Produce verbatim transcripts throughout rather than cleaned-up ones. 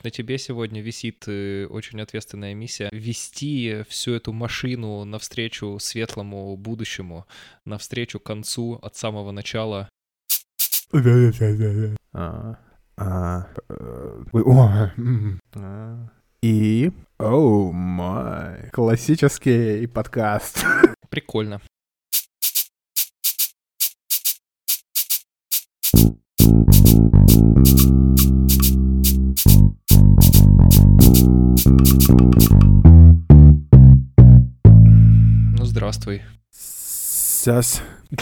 на тебе сегодня висит э, очень ответственная миссия вести всю эту машину навстречу светлому будущему, навстречу концу от самого начала. А, а, э, вы- о, м, а. И, оу май, классический подкаст. Прикольно. Ну, здравствуй. Сейчас.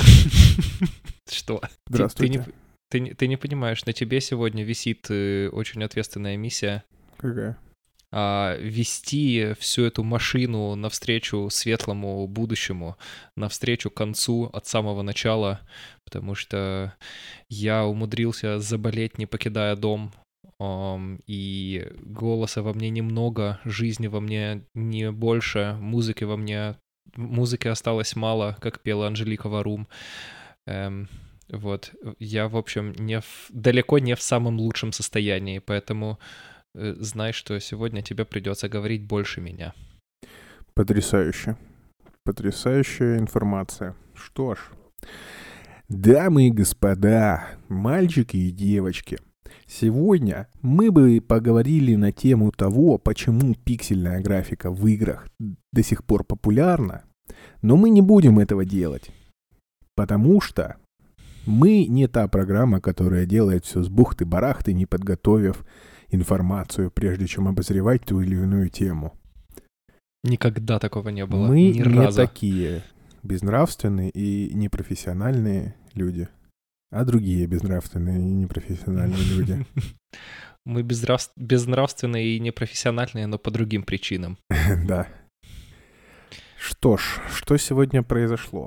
Что? Ты, ты, Здравствуйте. не, ты, не- ты не понимаешь, на тебе сегодня висит э, очень ответственная миссия Какая? а, вести всю эту машину навстречу светлому будущему, навстречу концу от самого начала, потому что я умудрился заболеть, не покидая дом, ам, и голоса во мне немного, жизни во мне не больше, музыки во мне, музыки осталось мало, как пела Анжелика Варум. Эм, вот, я, в общем, не в, далеко не в самом лучшем состоянии, поэтому э, знай, что сегодня тебе придется говорить больше меня. Потрясающе. Потрясающая информация. Что ж, дамы и господа, мальчики и девочки, сегодня мы бы поговорили на тему того, почему пиксельная графика в играх до сих пор популярна, но мы не будем этого делать, потому что мы не та программа, которая делает все с бухты-барахты, не подготовив информацию, прежде чем обозревать ту или иную тему. Никогда такого не было, Мы ни не разу. такие безнравственные и непрофессиональные люди, а другие безнравственные и непрофессиональные люди. Мы безнрав- безнравственные и непрофессиональные, но по другим причинам. Да. Что ж, что сегодня произошло?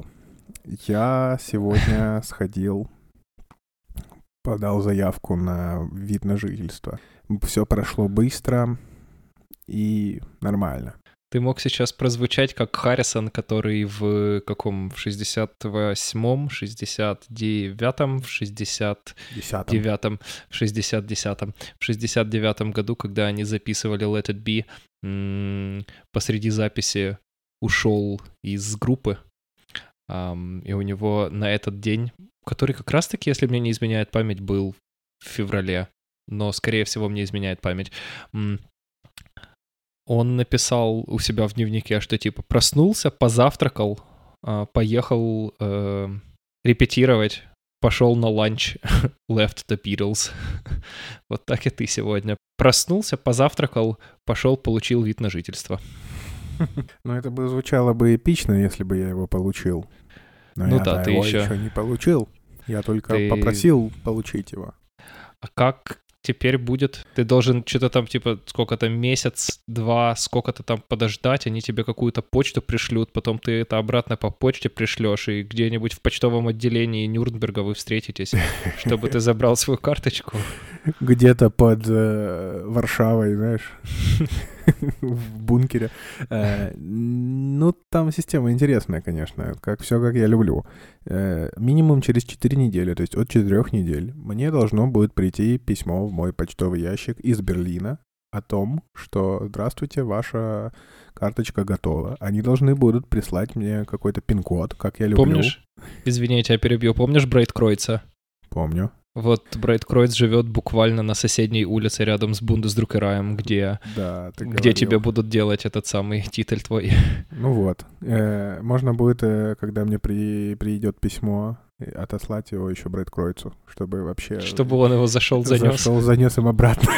Я сегодня сходил, подал заявку на вид на жительство. Все прошло быстро и нормально. Ты мог сейчас прозвучать как Харрисон, который в каком? В шестьдесят восьмом, шестьдесят девятом, в шестьдесят девятом, в шестьдесят десятом, в шестьдесят девятом году, когда они записывали Let It Be, м- посреди записи ушел из группы, ам, и у него на этот день, который как раз-таки, если мне не изменяет память, был в феврале, но, скорее всего, мне изменяет память, м- он написал у себя в дневнике, что типа проснулся, позавтракал, а, поехал э, репетировать, пошел на ланч, left the Beatles. Вот так и ты сегодня. Проснулся, позавтракал, пошел, получил вид на жительство. Ну, это бы звучало бы эпично, если бы я его получил. Но Ну я да, ты его еще... еще не получил. Я только Ты- попросил получить его. А как теперь будет? Ты должен что-то там, типа, сколько-то месяц, два, сколько-то там подождать, они тебе какую-то почту пришлют, потом ты это обратно по почте пришлешь, и где-нибудь в почтовом отделении Нюрнберга вы встретитесь, чтобы ты забрал свою карточку. Где-то под э, Варшавой, знаешь, в бункере. Э, ну, там система интересная, конечно, как все, как я люблю. Э, минимум через четыре недели, то есть от четырех недель, мне должно будет прийти письмо в мой почтовый ящик из Берлина о том, что «Здравствуйте, ваша карточка готова». Они должны будут прислать мне какой-то пин-код, как я люблю. Помнишь? Извини, я тебя перебью. Помнишь Брейткройца? Помню. Вот Брейткройц живет буквально на соседней улице рядом с Бундесдрукераем, где, Да, ты где говорил. тебе будут делать этот самый титуль твой. Ну вот. Э, можно будет, э, когда мне при, придет письмо, э, отослать его еще Брейткройцу, чтобы вообще... Чтобы он его зашел, занес. Зашел, занес им обратно.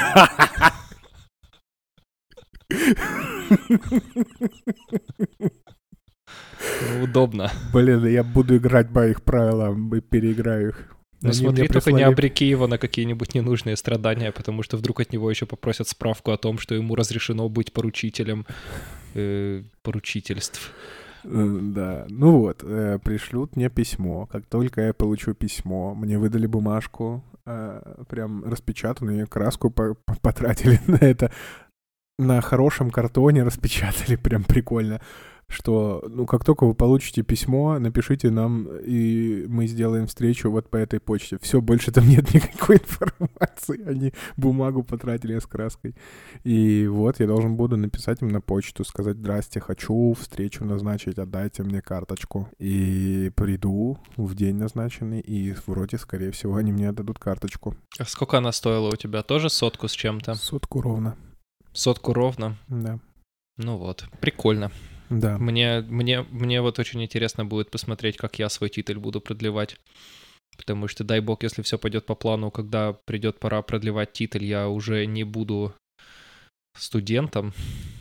Удобно. Блин, я буду играть по их правилам и переиграю их. Ну Они смотри, мне только не прислали- обреки его на какие-нибудь ненужные страдания, потому что вдруг от него еще попросят справку о том, что ему разрешено быть поручителем э, поручительств. Э, Да, ну вот, э, пришлют мне письмо. Как только я получу письмо, мне выдали бумажку, э, прям распечатанную, краску по- по- потратили на это. На хорошем картоне распечатали, прям прикольно. что, ну, как только вы получите письмо, напишите нам, и мы сделаем встречу вот по этой почте. Все, больше там нет никакой информации. Они бумагу потратили с краской. И вот я должен буду написать им на почту, сказать: здрасте, хочу встречу назначить, отдайте мне карточку. И приду в день назначенный, и вроде, скорее всего, они мне отдадут карточку. А сколько она стоила у тебя? Тоже сотку с чем-то? Сотку ровно. Сотку ровно? Да. Ну вот, прикольно. Да. Мне, мне, мне вот очень интересно будет посмотреть, как я свой титуль буду продлевать. Потому что, дай бог, если все пойдет по плану, когда придет пора продлевать титуль, я уже не буду студентом.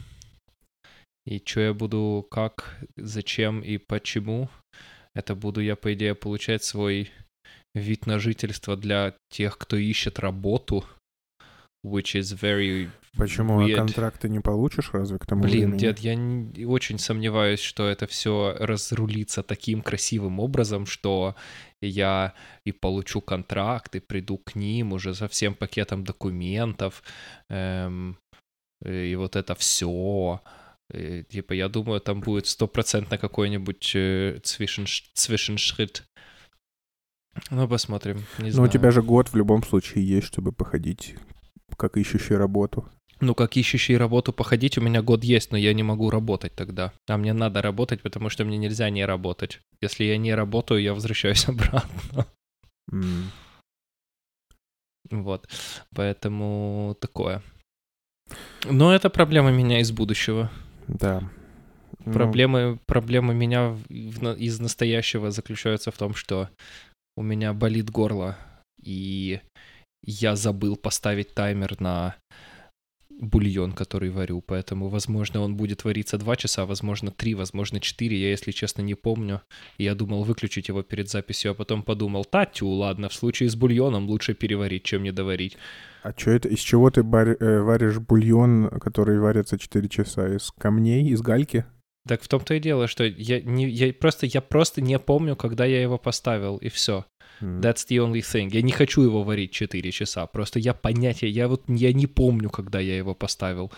И что я буду, как, зачем и почему, это буду я, по идее, получать свой вид на жительство для тех, кто ищет работу. Which is very Почему? weird. А контракт ты не получишь разве к тому Блин, времени? дед, я не, очень сомневаюсь, что это все разрулится таким красивым образом, что я и получу контракт, и приду к ним уже со всем пакетом документов, эм, и вот это все. И, типа, я думаю, там будет стопроцентно какой-нибудь э, Zwischenschritt. Ну, посмотрим, не Ну, знаю. у тебя же год в любом случае есть, чтобы походить как ищущий работу. Ну, как ищущий работу походить, у меня год есть, но я не могу работать тогда. А мне надо работать, потому что мне нельзя не работать. Если я не работаю, я возвращаюсь обратно. Mm. Вот. Поэтому такое. Но это проблема меня из будущего. Да. Проблемы, ну... проблемы меня в, в, из настоящего заключаются в том, что у меня болит горло, и я забыл поставить таймер на бульон, который варю, поэтому, возможно, он будет вариться два часа, возможно, три, возможно, четыре, я, если честно, не помню. Я думал выключить его перед записью, а потом подумал: татю, ладно, в случае с бульоном лучше переварить, чем не доварить. А что это? Из чего ты бар... э, варишь бульон, который варится четыре часа? Из камней, из гальки? Так в том-то и дело, что я, не, я, просто, я просто не помню, когда я его поставил, и все. Mm. That's the only thing. Я не хочу его варить четыре часа. Просто я понятия, я вот я не помню, когда я его поставил.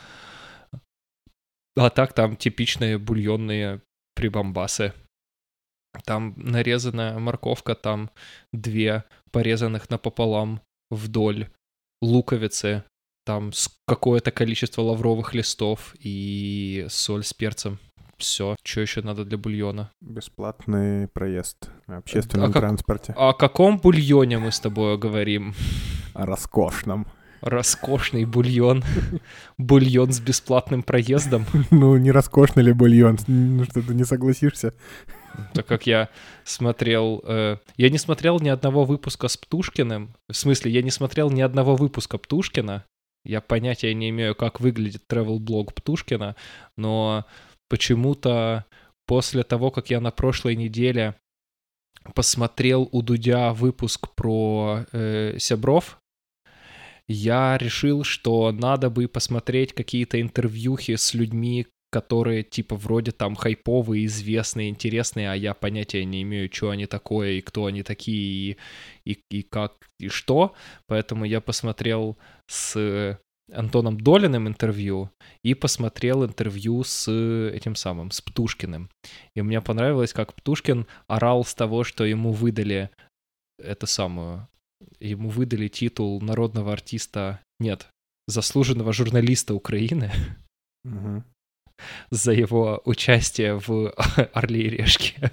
А так там типичные бульонные прибамбасы. Там нарезанная морковка, там две порезанных напополам вдоль луковицы, там какое-то количество лавровых листов и соль с перцем. Все. Что еще надо для бульона? Бесплатный проезд на общественном а как, транспорте. О каком бульоне мы с тобой говорим? О роскошном. Роскошный бульон. Бульон с бесплатным проездом. Ну, не роскошный ли бульон? Ну, что, ты не согласишься? Так как я смотрел... Э, я не смотрел ни одного выпуска с Птушкиным. В смысле, я не смотрел ни одного выпуска Птушкина. Я понятия не имею, как выглядит travel-блог Птушкина, но... Почему-то после того, как я на прошлой неделе посмотрел у Дудя выпуск про э, Сябров, я решил, что надо бы посмотреть какие-то интервьюхи с людьми, которые типа вроде там хайповые, известные, интересные, а я понятия не имею, что они такое, и кто они такие, и, и, и как, и что. Поэтому я посмотрел с... Антоном Долиным интервью и посмотрел интервью с этим самым, с Птушкиным. И мне понравилось, как Птушкин орал с того, что ему выдали это самое, ему выдали титул народного артиста, нет, заслуженного журналиста Украины угу. за его участие в «Орле и Решке».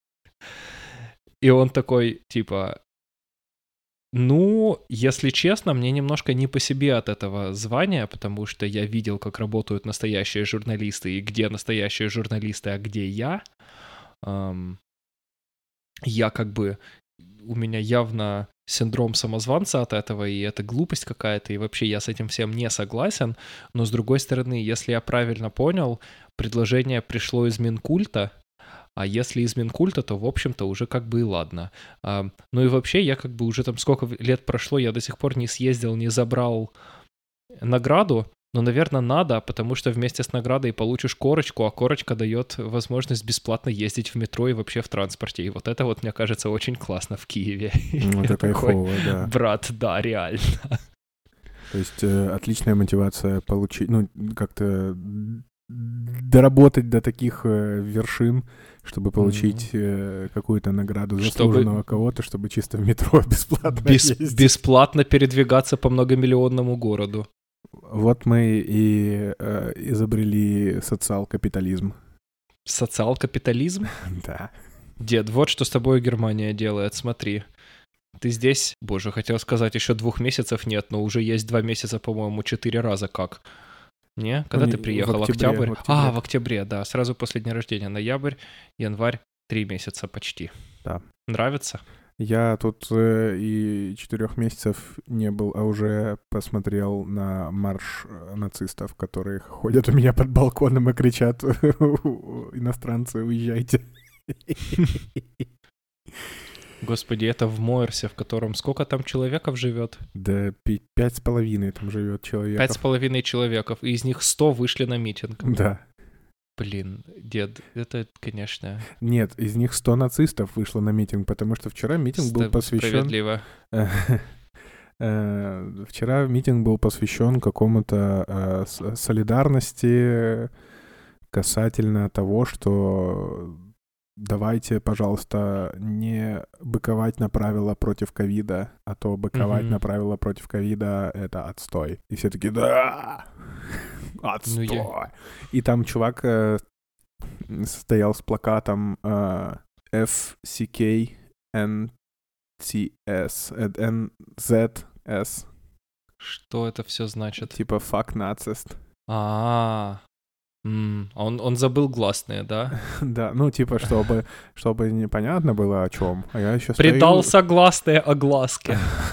И он такой, типа... Ну, если честно, мне немножко не по себе от этого звания, потому что я видел, как работают настоящие журналисты, и где настоящие журналисты, а где я. Эм, я как бы... У меня явно синдром самозванца от этого, и это глупость какая-то, и вообще я с этим всем не согласен. Но, с другой стороны, если я правильно понял, предложение пришло из Минкульта, а если из Минкульта, то, в общем-то, уже как бы и ладно. А, ну и вообще, я как бы уже там сколько лет прошло, я до сих пор не съездил, не забрал награду, но, наверное, надо, потому что вместе с наградой получишь корочку, а корочка дает возможность бесплатно ездить в метро и вообще в транспорте. И вот это вот, мне кажется, очень классно в Киеве. Ну, это кайфово, да. Брат, да, реально. То есть э, отличная мотивация получить, ну, как-то доработать до таких э, вершин, чтобы получить э, какую-то награду заслуженного чтобы... кого-то, чтобы чисто в метро бесплатно Бес... Бесплатно передвигаться по многомиллионному городу. Вот мы и э, изобрели социал-капитализм. Социал-капитализм? Да. Дед, вот что с тобой Германия делает, смотри. Ты здесь, боже, хотел сказать, еще двух месяцев нет, но уже есть два месяца, по-моему, четыре раза как. Не? Когда ну, ты приехал? В октябре, Октябрь? В октябре. А, в октябре, да, сразу после дня рождения. Ноябрь, январь, три месяца почти. Да. Нравится? Я тут э, и четырех месяцев не был, а уже посмотрел на марш нацистов, которые ходят у меня под балконом и кричат: иностранцы, уезжайте. Господи, это в Мойерсе, в котором сколько там человеков живет? Да пять с половиной там живет человеков. Пять с половиной человеков, и из них сто вышли на митинг. Да. Блин, дед, это, конечно... Нет, из них сто нацистов вышло на митинг, потому что вчера митинг был посвящен... Справедливо. Вчера митинг был посвящен какому-то солидарности касательно того, что давайте, пожалуйста, не быковать на правила против ковида, а то быковать на правила против ковида — это отстой. И все таки да! Отстой. Ну, я... И там чувак э, стоял с плакатом э, эф си кей эн ти эс, эн зет эс. Что это все значит? Типа fuck nacist. А-а-а. М-м. Он, он забыл гласные, да? Да, ну типа, чтобы, чтобы непонятно было о чем. А я еще Придал стою... согласные огласки.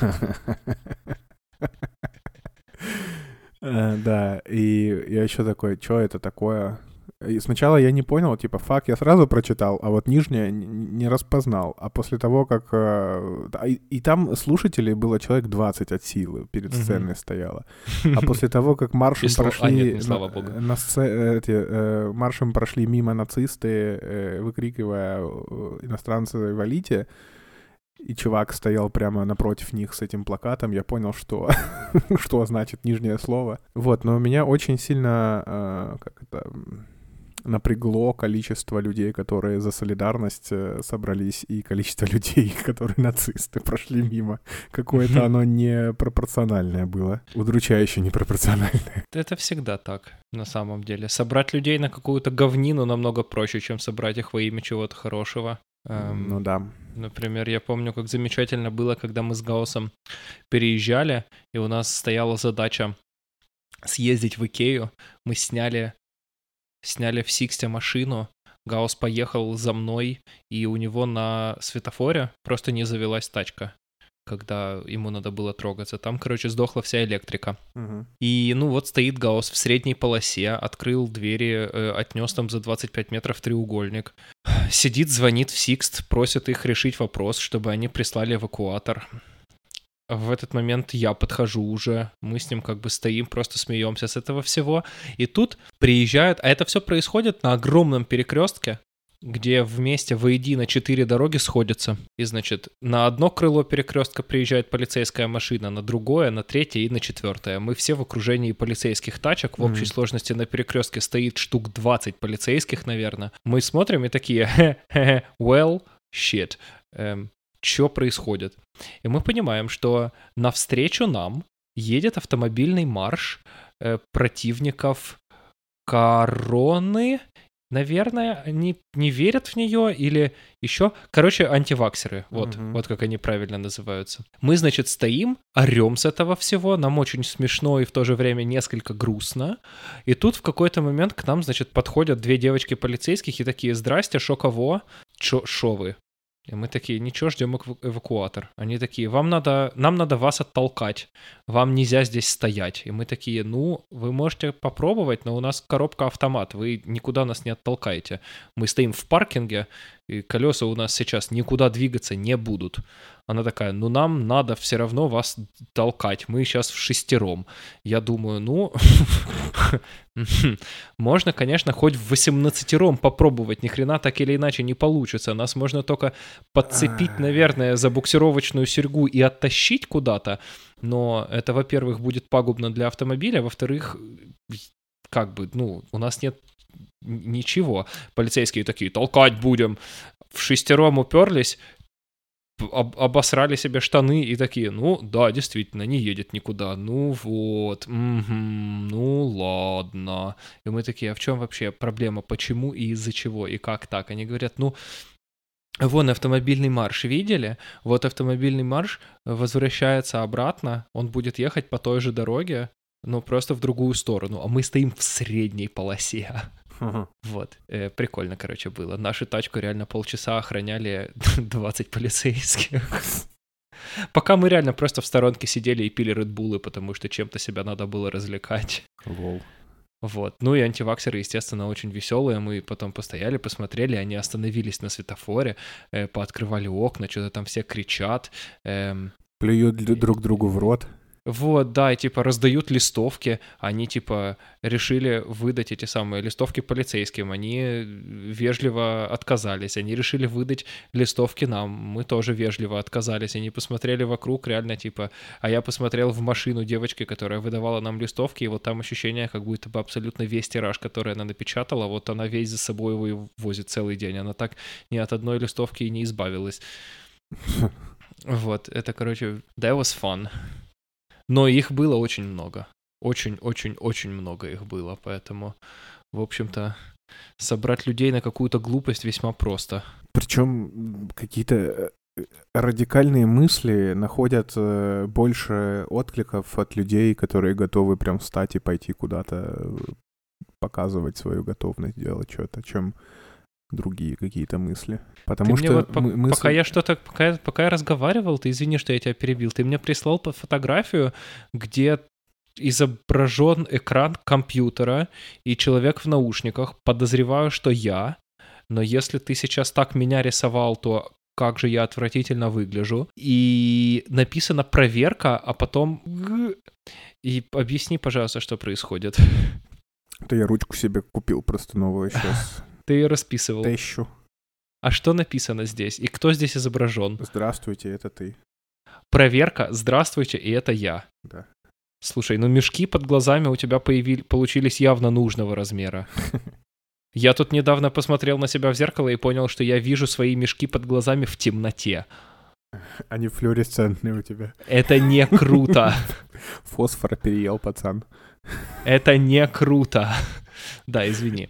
Да, и я еще такой, что это такое? И сначала я не понял, типа, фак, я сразу прочитал, а вот нижнее не распознал. А после того, как... И, и там слушателей было человек двадцать от силы, перед сценой mm-hmm. стояло. А после того, как маршем слов... прошли... А, нет, не, слава богу. На сце... эти, э, маршем прошли мимо нацисты, э, выкрикивая «иностранцы, валите!», и чувак стоял прямо напротив них с этим плакатом, я понял, что, что значит нижнее слово. Вот, но меня очень сильно э, как это, напрягло количество людей, которые за солидарность э, собрались, и количество людей, которые нацисты, прошли мимо. Какое-то оно непропорциональное было. Удручающе непропорциональное. Это всегда так, на самом деле. Собрать людей на какую-то говнину намного проще, чем собрать их во имя чего-то хорошего. Эм, ну да. Например, я помню, как замечательно было, когда мы с Гаусом переезжали, и у нас стояла задача съездить в Икею. Мы сняли, сняли в Сиксте машину, Гаус поехал за мной, и у него на светофоре просто не завелась тачка, когда ему надо было трогаться. Там, короче, сдохла вся электрика. Угу. И, ну, вот стоит Гаус в средней полосе, открыл двери, э, отнес там за двадцать пять метров треугольник. Сидит, звонит в Сикст, просит их решить вопрос, чтобы они прислали эвакуатор. В этот момент я подхожу уже, мы с ним как бы стоим, просто смеемся с этого всего. И тут приезжают, а это все происходит на огромном перекрестке, где вместе воедино четыре дороги сходятся. И, значит, на одно крыло перекрестка приезжает полицейская машина, на другое, на третье и на четвертое. Мы все в окружении полицейских тачек. В общей mm-hmm. сложности на перекрестке стоит штук двадцать полицейских, наверное. Мы смотрим и такие, well, shit, эм, что происходит? И мы понимаем, что навстречу нам едет автомобильный марш э, противников Короны. Наверное, они не верят в нее или еще... Короче, антиваксеры. Вот, uh-huh. вот как они правильно называются. Мы, значит, стоим, орем с этого всего. Нам очень смешно и в то же время несколько грустно. И тут в какой-то момент к нам, значит, подходят две девочки полицейских и такие: «Здрасте, шо кого? Чё, шо вы?» И мы такие: «Ничего, ждем эвакуатор». Они такие: «Вам надо, нам надо вас оттолкать, вам нельзя здесь стоять». И мы такие: «Ну, вы можете попробовать, но у нас коробка-автомат, вы никуда нас не оттолкаете. Мы стоим в паркинге, и колеса у нас сейчас никуда двигаться не будут». Она такая: «Ну, нам надо все равно вас толкать, мы сейчас в шестером». Я думаю, ну, можно, конечно, хоть в восемнадцатером попробовать, ни хрена так или иначе не получится. Нас можно только подцепить, наверное, за буксировочную серьгу и оттащить куда-то, но это, во-первых, будет пагубно для автомобиля, во-вторых, как бы, ну, у нас нет ничего. Полицейские такие, толкать будем. В шестером уперлись, об- обосрали себе штаны и такие, ну, да, действительно, не едет никуда. Ну вот, угу, ну ладно. И мы такие, а в чем вообще проблема? Почему и из-за чего? И как так? Они говорят, ну, вон автомобильный марш, видели? Вот автомобильный марш возвращается обратно, он будет ехать по той же дороге, но просто в другую сторону, а мы стоим в средней полосе. Ага. Вот, э, прикольно, короче, было. Нашу тачку реально полчаса охраняли двадцать полицейских. Пока мы реально просто в сторонке сидели и пили редбулы, потому что чем-то себя надо было развлекать. Лол. Вот. Ну и антиваксеры, естественно, очень веселые. Мы потом постояли, посмотрели, они остановились на светофоре, э, пооткрывали окна, что-то там все кричат. Эм... Плюют друг другу в рот. Вот, да, и типа раздают листовки, они типа решили выдать эти самые листовки полицейским, они вежливо отказались, они решили выдать листовки нам, мы тоже вежливо отказались, они посмотрели вокруг, реально типа, а я посмотрел в машину девочки, которая выдавала нам листовки, и вот там ощущение, как будто бы абсолютно весь тираж, который она напечатала, вот она весь за собой его возит целый день, она так ни от одной листовки и не избавилась. Вот, это, короче, that was fun. Но их было очень много. Очень-очень-очень много их было, поэтому, в общем-то, собрать людей на какую-то глупость весьма просто. Причем какие-то радикальные мысли находят больше откликов от людей, которые готовы прям встать и пойти куда-то показывать свою готовность делать что-то, чем другие какие-то мысли. Потому ты что вот, мы, мысли... пока я что-то, пока, пока я разговаривал, ты извини, что я тебя перебил, ты мне прислал фотографию, где изображен экран компьютера и человек в наушниках. Подозреваю, что я, но если ты сейчас так меня рисовал, то как же я отвратительно выгляжу. И написано проверка, а потом... И объясни, пожалуйста, что происходит. Да я ручку себе купил просто новую сейчас. Ты ее расписывал. Тещу. А что написано здесь? И кто здесь изображен? Здравствуйте, это ты. Проверка, здравствуйте, и это я. Да. Слушай, ну мешки под глазами у тебя появились, получились явно нужного размера. Я тут недавно посмотрел на себя в зеркало и понял, что я вижу свои мешки под глазами в темноте. Они флуоресцентные у тебя. Это не круто. Фосфор переел, пацан. Это не круто. Да, извини.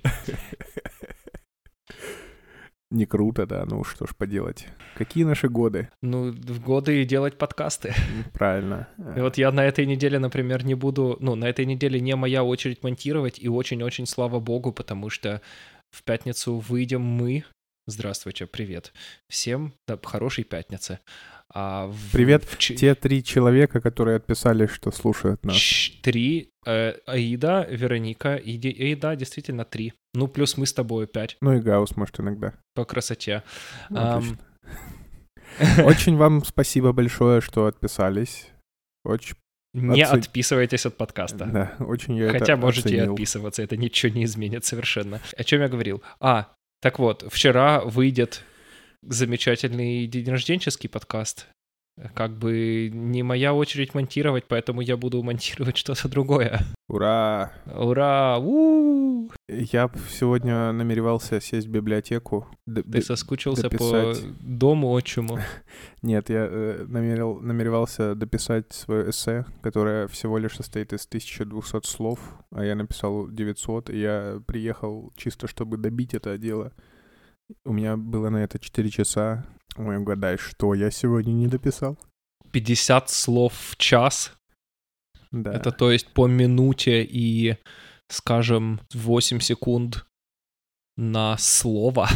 Не круто, да, ну что ж поделать. Какие наши годы? Ну, в годы делать подкасты. Правильно. И вот я на этой неделе, например, не буду... Ну, на этой неделе не моя очередь монтировать, и очень-очень слава богу, потому что в пятницу выйдем мы. Здравствуйте, привет. Всем да, хорошей пятницы. А в... Привет, в... те три человека, которые отписали, что слушают нас. Три. Э, Аида, Вероника и Аида, действительно три. Ну, плюс мы с тобой пять. Ну и Гаус, может, иногда. По красоте. Ну, um... Очень вам спасибо большое, что отписались. Очень... Не Отцы... отписывайтесь от подкаста. Да, очень я Хотя это можете оценил. и отписываться, это ничего не изменит совершенно. О чем я говорил? А, так вот, вчера выйдет замечательный день-рожденческий подкаст. Как бы не моя очередь монтировать, поэтому я буду монтировать что-то другое. Ура! Ура! У-у-у! Я сегодня намеревался сесть в библиотеку. Д- Ты соскучился дописать... по дому отчиму? Нет, я э, намерил, намеревался дописать свое эссе, которое всего лишь состоит из тысячи двухсот слов, а я написал девятьсот, и я приехал чисто, чтобы добить это дело. У меня было на это четыре часа. Ой, угадай, что я сегодня не дописал? пятьдесят слов в час? Да. Это то есть по минуте и, скажем, восемь секунд на слово?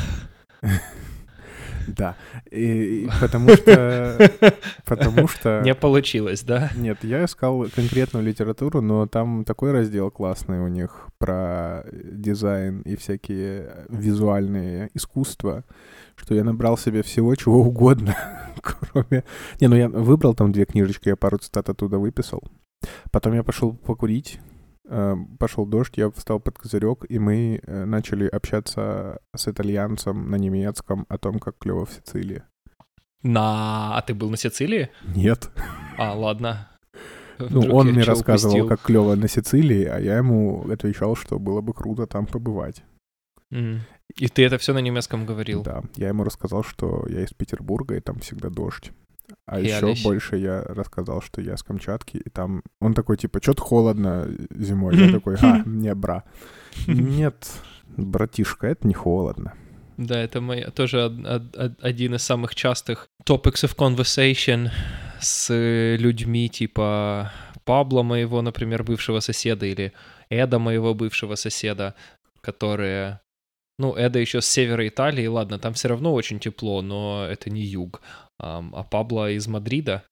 Да, и, и потому что... Потому что... Не получилось, да? Нет, я искал конкретную литературу, но там такой раздел классный у них про дизайн и всякие визуальные искусства, что я набрал себе всего чего угодно, кроме... Не, ну я выбрал там две книжечки, я пару цитат оттуда выписал. Потом я пошел покурить. Пошел дождь, я встал под козырек, и мы начали общаться с итальянцем на немецком о том, как клево в Сицилии. На... А ты был на Сицилии? Нет. А, ладно. Ну, он мне рассказывал, как клево на Сицилии, а я ему отвечал, что было бы круто там побывать. Mm. И ты это все на немецком говорил? Да, я ему рассказал, что я из Петербурга, и там всегда дождь. А Herrlich. еще больше я рассказал, что я с Камчатки, и там... Он такой, типа, что-то холодно зимой. Я такой, а, не, бра. Нет, братишка, это не холодно. Да, это мой, тоже од, од, один из самых частых topics of conversation с людьми типа Пабло, моего, например, бывшего соседа, или Эда, моего бывшего соседа, которые... Ну, Эда еще с севера Италии, ладно, там все равно очень тепло, но это не юг. А Пабло из Мадрида.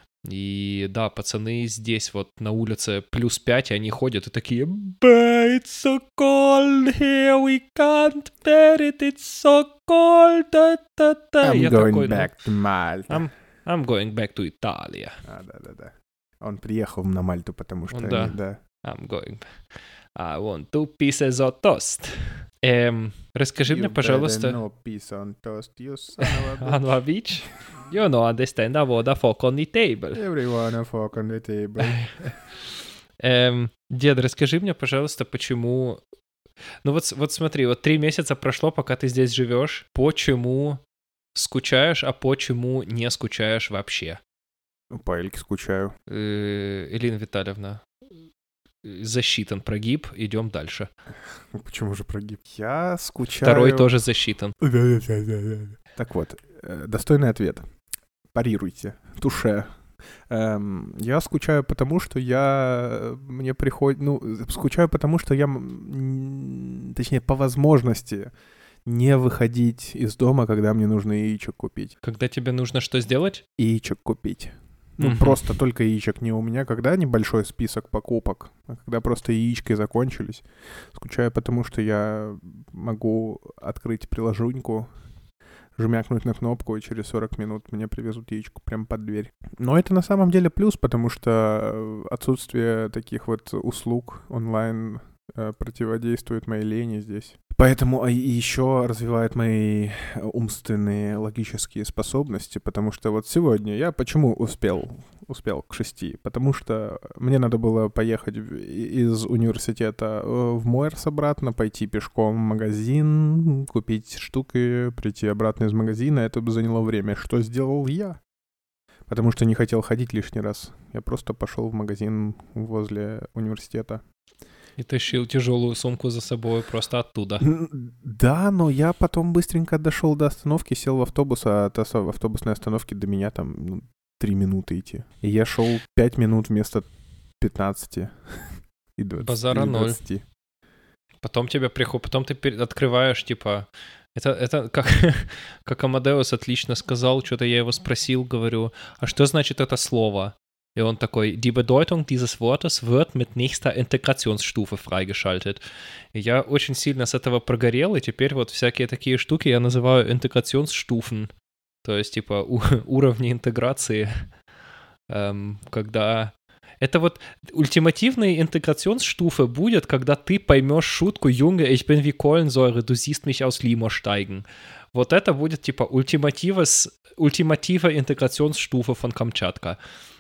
И да, пацаны здесь вот на улице плюс пять, и они ходят и такие «It's so cold here, we can't bear it, it's so cold». I'm Я going такой, back to Malta. I'm, I'm going back to Italia. А, да-да-да. Он приехал на Мальту, потому что да. они, да. I'm going back. I want two pieces of toast. Эм, расскажи you мне, пожалуйста... No piece on toast, you son of a bitch. On a beach? You know, understand, I want a fork on the table. Everyone a fork on the table. эм, дед, расскажи мне, пожалуйста, почему... Ну вот, вот смотри, вот три месяца прошло, пока ты здесь живешь. Почему скучаешь, а почему не скучаешь вообще? По Эльке скучаю. Э, Элина Витальевна, засчитан прогиб, идем дальше. Почему же прогиб? Я скучаю... Второй тоже засчитан. Так вот, достойный ответ. Парируйте. Туше. Эм, я скучаю потому, что я... Мне приходит... Ну, скучаю потому, что я... Точнее, по возможности не выходить из дома, когда мне нужно яичек купить. Когда тебе нужно что сделать? Яичек купить. Ну, mm-hmm. просто только яичек. Не у меня, когда небольшой список покупок, а когда просто яички закончились. Скучаю потому, что я могу открыть приложуньку, жмякнуть на кнопку, и через сорок минут мне привезут яичку прямо под дверь. Но это на самом деле плюс, потому что отсутствие таких вот услуг онлайн противодействует моей лени здесь. Поэтому еще развивает мои умственные логические способности, потому что вот сегодня я почему успел, успел к шести? Потому что мне надо было поехать из университета в Мойерс обратно, пойти пешком в магазин, купить штуки, прийти обратно из магазина. Это бы заняло время. Что сделал я? Потому что не хотел ходить лишний раз. Я просто пошел в магазин возле университета. И тащил тяжелую сумку за собой просто оттуда. Да, но я потом быстренько дошел до остановки, сел в автобус, а от автобусной остановки до меня там ну, три минуты идти. И я шел пять минут вместо пятнадцати и двадцати. Базара ноль. Потом тебе приходит, потом ты открываешь, типа... Это, это как, как Амадеус отлично сказал, что-то я его спросил, говорю, а что значит это слово? И он такой, die Bedeutung dieses Wortes wird mit nächster Integrationsstufe freigeschaltet. И я очень сильно с этого прогорел, и теперь вот всякие такие штуки я называю Integrationsstufen. То есть, типа, у, уровни интеграции, эм, когда... Это вот ультимативная Integrationsstufe будет, когда ты поймешь шутку «Junge, ich bin wie Kohlensäure, du siehst mich aus Limo steigen». Вот это будет, типа, ультиматива, ультиматива Integrationsstufe von Камчатка.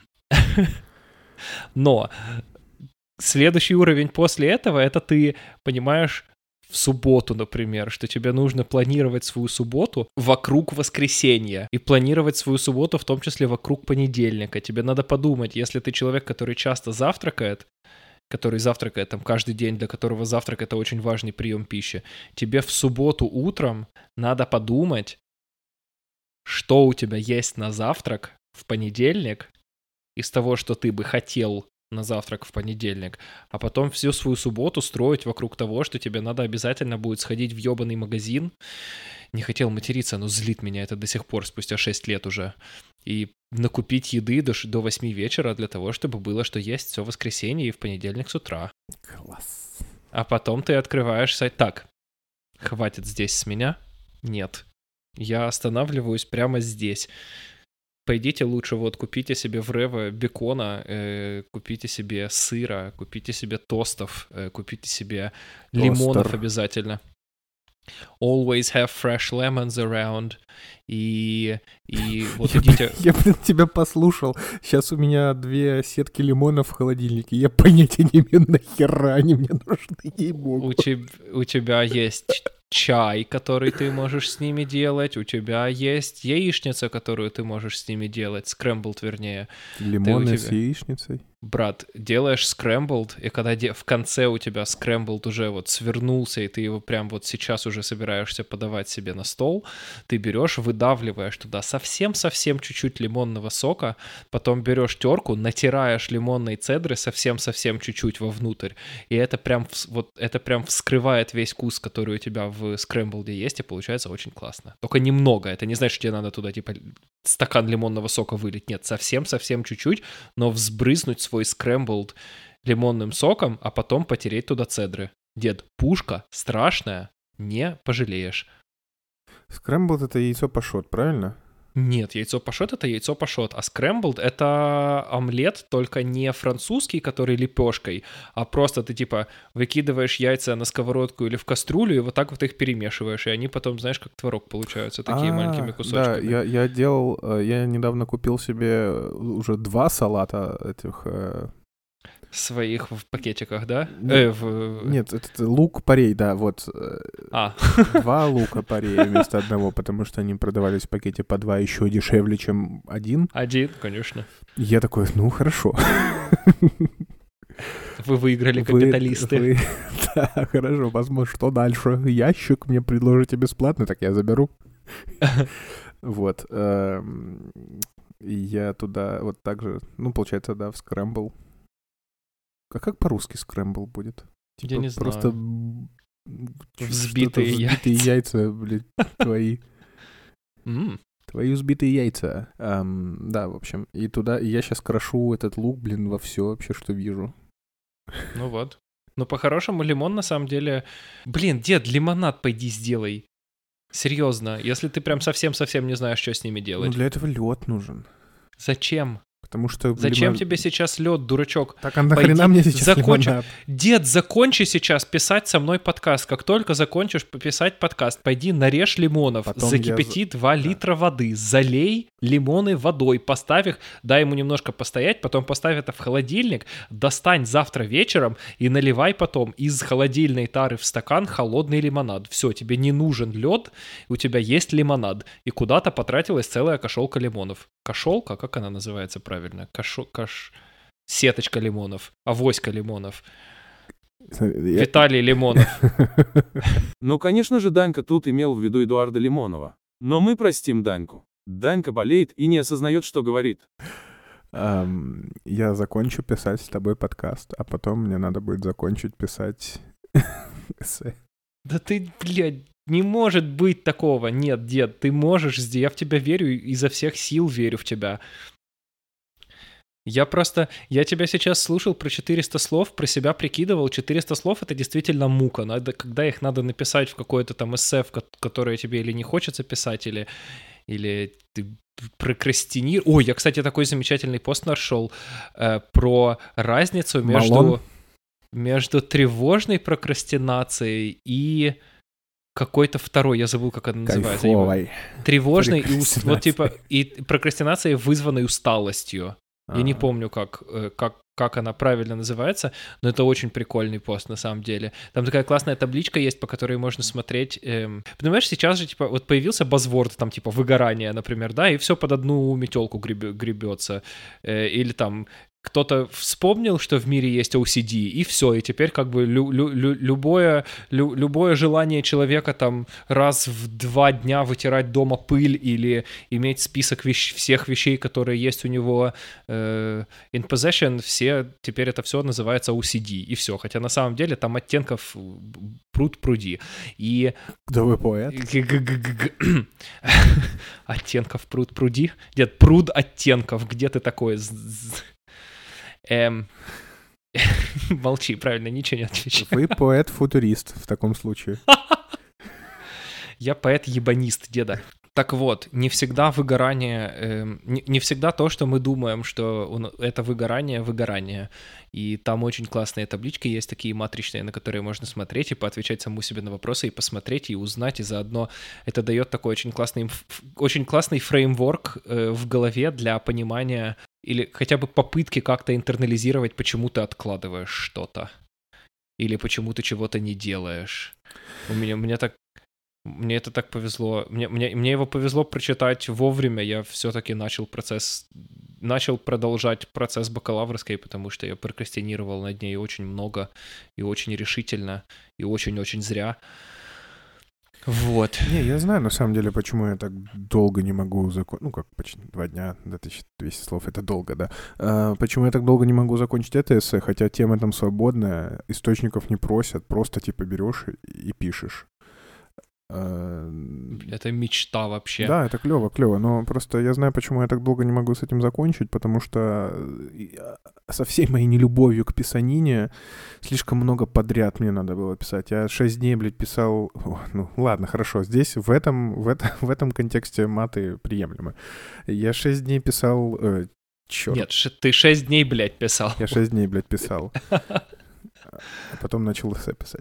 Но следующий уровень после этого, это ты понимаешь в субботу, например, что тебе нужно планировать свою субботу вокруг воскресенья и планировать свою субботу в том числе вокруг понедельника. Тебе надо подумать, если ты человек, который часто завтракает, который завтракает там каждый день, для которого завтрак — это очень важный прием пищи, тебе в субботу утром надо подумать, что у тебя есть на завтрак в понедельник, из того, что ты бы хотел на завтрак в понедельник, а потом всю свою субботу строить вокруг того, что тебе надо обязательно будет сходить в ёбаный магазин. Не хотел материться, но злит меня это до сих пор, спустя шесть лет уже. И накупить еды до, до восьми вечера для того, чтобы было что есть все воскресенье и в понедельник с утра. Класс. А потом ты открываешь сайт. Так, хватит здесь с меня? Нет. Я останавливаюсь прямо здесь. Пойдите лучше, вот, купите себе в Рево бекона, э, купите себе сыра, купите себе тостов, э, купите себе Тостер. Лимонов обязательно. Always have fresh lemons around. И, и вот я, идите... Я, блин, тебя послушал. Сейчас у меня две сетки лимонов в холодильнике. Я понятия не имею, нахера они мне нужны, ей-богу. У, теб, у тебя есть чай, который ты можешь с ними делать. У тебя есть яичница, которую ты можешь с ними делать. Скрэмблд, вернее. Лимоны тебя... с яичницей? Брат, делаешь скрэмблд, и когда де... в конце у тебя скрэмблд уже вот свернулся, и ты его прям вот сейчас уже собираешься подавать себе на стол, ты берешь, выдавливаешь туда совсем-совсем чуть-чуть лимонного сока, потом берешь терку, натираешь лимонной цедры совсем-совсем чуть-чуть вовнутрь, и это прям, вот, это прям вскрывает весь вкус, который у тебя в скрэмблде есть, и получается очень классно. Только немного, это не значит, что тебе надо туда типа стакан лимонного сока вылить, нет, совсем-совсем чуть-чуть, но взбрызнуть свой скрэмблд лимонным соком, а потом потереть туда цедры. Дед, пушка страшная, не пожалеешь. Скрэмблд — это яйцо пашот, правильно? Нет, яйцо пашот — это яйцо пашот, а скрэмблд — это омлет, только не французский, который лепешкой, а просто ты типа выкидываешь яйца на сковородку или в кастрюлю и вот так вот их перемешиваешь, и они потом, знаешь, как творог получаются, такие А, маленькими кусочками. Да, я, я делал, я недавно купил себе уже два салата этих... Своих в пакетиках, да? Нет, э, в... нет, это лук-порей, да, вот. А. Два лука-порея вместо одного, потому что они продавались в пакете по два еще дешевле, чем один. Один, конечно. Я такой, ну, хорошо. Вы выиграли, капиталисты. Вы, вы, да, хорошо, возможно, что дальше? Ящик мне предложите бесплатно, так я заберу. Вот. Я туда вот так же, ну, получается, да, в скрэмбл. А как по-русски скрэмбл будет? Типа я не просто знаю. Взбитые яйца. Взбитые яйца, блядь, твои. Mm. Твои взбитые яйца. Um, да, в общем. И туда, и я сейчас крошу этот лук, блин, во все вообще, что вижу. Ну вот. Ну, по-хорошему, лимон, на самом деле... Блин, дед, лимонад пойди сделай. Серьезно, если ты прям совсем-совсем не знаешь, что с ними делать. Ну, для этого лед нужен. Зачем? Потому что... Зачем лимон... тебе сейчас лед, дурачок? Так а нахрена мне сейчас закончи... лимонад? Дед, закончи сейчас писать со мной подкаст. Как только закончишь писать подкаст, пойди нарежь лимонов, потом закипяти я... два да. литра воды, залей лимоны водой, поставь их, дай ему немножко постоять, потом поставь это в холодильник, достань завтра вечером и наливай потом из холодильной тары в стакан холодный лимонад. Все, тебе не нужен лед, у тебя есть лимонад. И куда-то потратилась целая кошелка лимонов. Кошелка? Как она называется правильно? Кашо... Каш... Сеточка лимонов. Авоська лимонов. Я... Виталий Лимонов. Ну, конечно же, Данька тут имел в виду Эдуарда Лимонова. Но мы простим Даньку. Данька болеет и не осознает, что говорит. Um, я закончу писать с тобой подкаст, а потом мне надо будет закончить писать эссе. Да ты, блядь, не может быть такого. Нет, дед, ты можешь, я в тебя верю, изо всех сил верю в тебя. Я просто, я тебя сейчас слушал про четыреста слов, про себя прикидывал. четыреста слов — это действительно мука. Надо, когда их надо написать в какое-то там эссе, в которое тебе или не хочется писать, или, или ты прокрастинируешь. Ой, я, кстати, такой замечательный пост нашел э, про разницу между, между тревожной прокрастинацией и какой-то второй, я забыл, как это называется. Кайфовой. Тревожной и, вот, типа, и прокрастинацией, вызванной усталостью. Я не помню, как, как, как она правильно называется, но это очень прикольный пост на самом деле. Там такая классная табличка есть, по которой можно смотреть. Эм... Понимаешь, сейчас же типа вот появился базворд, там типа выгорание, например, да, и все под одну метелку греб... гребется. Э, или там кто-то вспомнил, что в мире есть о си ди, и все, и теперь как бы лю- лю- лю- любое, лю- любое желание человека там раз в два дня вытирать дома пыль или иметь список вещ- всех вещей, которые есть у него э, in possession, все, теперь это все называется о си ди, и все, хотя на самом деле там оттенков пруд-пруди. И... Да вы поэт. Оттенков пруд-пруди? Нет, пруд оттенков, где ты такой... Эм... Молчи, правильно, ничего не отвечай. Вы поэт-футурист в таком случае. Я поэт-ебанист, деда. Так вот, не всегда выгорание, э, не, не всегда то, что мы думаем, что он, это выгорание, выгорание. И там очень классные таблички есть, такие матричные, на которые можно смотреть и поотвечать саму себе на вопросы, и посмотреть, и узнать, и заодно это дает такой очень классный, очень классный фреймворк э, в голове для понимания или хотя бы попытки как-то интернализировать, почему ты откладываешь что-то. Или почему ты чего-то не делаешь. У меня, у меня так... Мне это так повезло. Мне, мне, мне его повезло прочитать вовремя. Я все-таки начал процесс, начал продолжать процесс бакалаврской, потому что я прокрастинировал над ней очень много и очень решительно, и очень-очень зря. Вот. Не, я знаю, на самом деле, почему я так долго не могу закончить... Ну, как почти два дня, до тысячи двухсот слов, это долго, да. А, почему я так долго не могу закончить это эссе, хотя тема там свободная, источников не просят, просто типа берешь и пишешь. Это мечта вообще. Да, это клево, клево, но просто я знаю, почему я так долго не могу с этим закончить, потому что со всей моей нелюбовью к писанине слишком много подряд мне надо было писать. Я шесть дней, блядь, писал... О, ну, ладно, хорошо, здесь в этом, в, это, в этом контексте маты приемлемы. Я шесть дней писал... Э, чёрт. Нет, ты шесть дней, блядь, писал. Я шесть дней, блядь, писал. А потом начал эссе писать.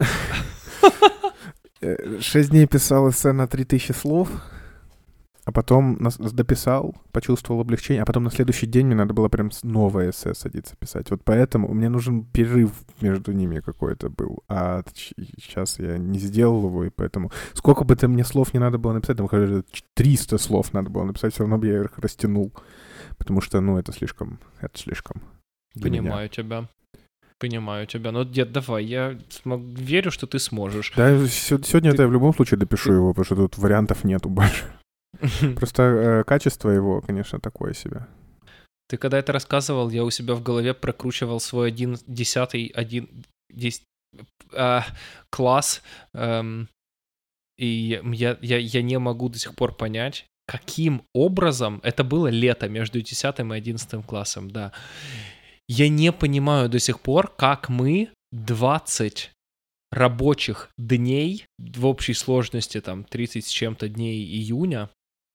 Шесть дней писал эссе на три тысячи слов, а потом дописал, почувствовал облегчение, а потом на следующий день мне надо было прям новое эссе садиться писать. Вот поэтому мне нужен перерыв между ними какой-то был, а сейчас я не сделал его, и поэтому... Сколько бы ты мне слов не надо было написать, там, триста слов надо было написать, все равно бы я их растянул, потому что, ну, это слишком, это слишком. Понимаю меня. тебя. Понимаю тебя. Ну, дед, давай, я смог... верю, что ты сможешь. Да, сегодня ты... я в любом случае допишу его, потому что тут вариантов нету больше. Просто э, качество его, конечно, такое себе. Ты когда это рассказывал, я у себя в голове прокручивал свой один десятый, один, десять, э, класс, эм, и я, я, я не могу до сих пор понять, каким образом... Это было лето между десятым и одиннадцатым классом, да. Я не понимаю до сих пор, как мы двадцать рабочих дней, в общей сложности там тридцать с чем-то дней июня,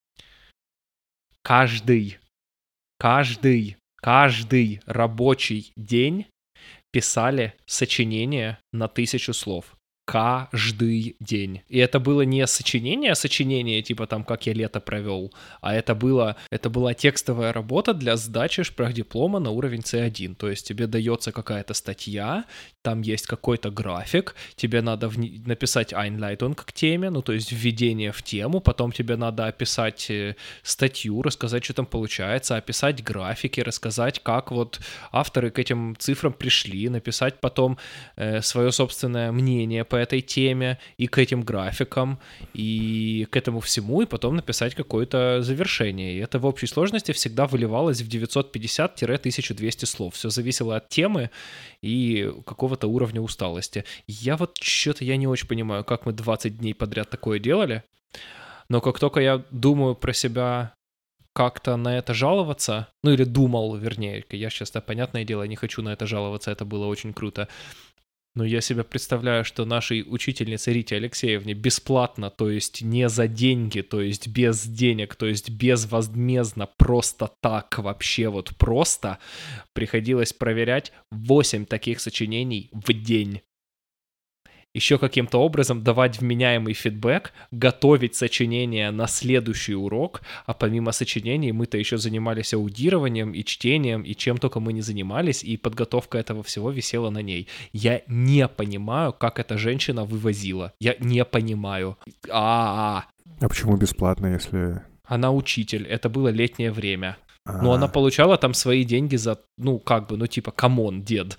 каждый, каждый, каждый рабочий день писали сочинение на тысячу слов. Каждый день. И это было не сочинение, сочинение, типа там, как я лето провел, а это, было, это была текстовая работа для сдачи шпрагдиплома на уровень си один. То есть тебе дается какая-то статья, там есть какой-то график, тебе надо в... написать Einleitung к теме, ну то есть введение в тему, потом тебе надо описать статью, рассказать, что там получается, описать графики, рассказать, как вот авторы к этим цифрам пришли, написать потом э, свое собственное мнение по этой теме и к этим графикам, и к этому всему, и потом написать какое-то завершение. И это в общей сложности всегда выливалось в девятьсот пятьдесят - тысяча двести слов. Все зависело от темы и какого-то уровня усталости. Я вот что-то я не очень понимаю, как мы двадцать дней подряд такое делали, но как только я думаю про себя как-то на это жаловаться, ну или думал, вернее, я сейчас, да, понятное дело, не хочу на это жаловаться, это было очень круто, но я себе представляю, что нашей учительнице Рите Алексеевне бесплатно, то есть не за деньги, то есть без денег, то есть безвозмездно, просто так, вообще вот просто приходилось проверять восемь таких сочинений в день. Еще каким-то образом давать вменяемый фидбэк, готовить сочинение на следующий урок, а помимо сочинений мы-то еще занимались аудированием и чтением, и чем только мы не занимались, и подготовка этого всего висела на ней. Я не понимаю, как эта женщина вывозила. Я не понимаю. А-а-а. А почему бесплатно, если... Она учитель, это было летнее время. А-а-а. Но она получала там свои деньги за, ну, как бы, ну, типа, камон, дед.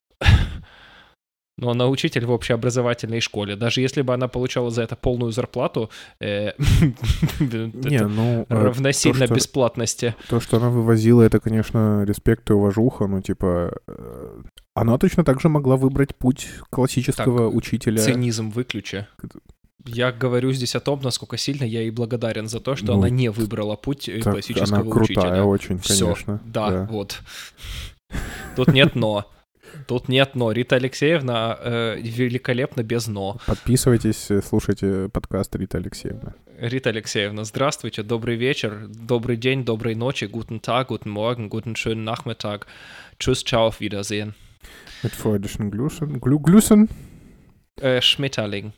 Но она учитель в общеобразовательной школе. Даже если бы она получала за это полную зарплату, э, Не, ну, равносильно то, что, бесплатности. То, что она вывозила, это, конечно, респект и уважуха, но, типа, э, она точно так же могла выбрать путь классического так, учителя. Цинизм выключи. Я говорю здесь о том, насколько сильно я ей благодарен за то, что ну, она не выбрала путь так, классического она крутая учителя. очень, Всё, конечно. да, да, вот. Тут нет «но». Тут нет «но». Рита Алексеевна э, великолепна без «но». Подписывайтесь, слушайте подкаст Риты Алексеевны. Рита Алексеевна, здравствуйте, добрый вечер, добрый день, доброй ночи, guten Tag, guten Morgen, guten schönen Nachmittag. Tschüss, ciao, auf Wiedersehen. Mit freudischen Glüssen. Glu Glüssen? Äh, Schmetterling.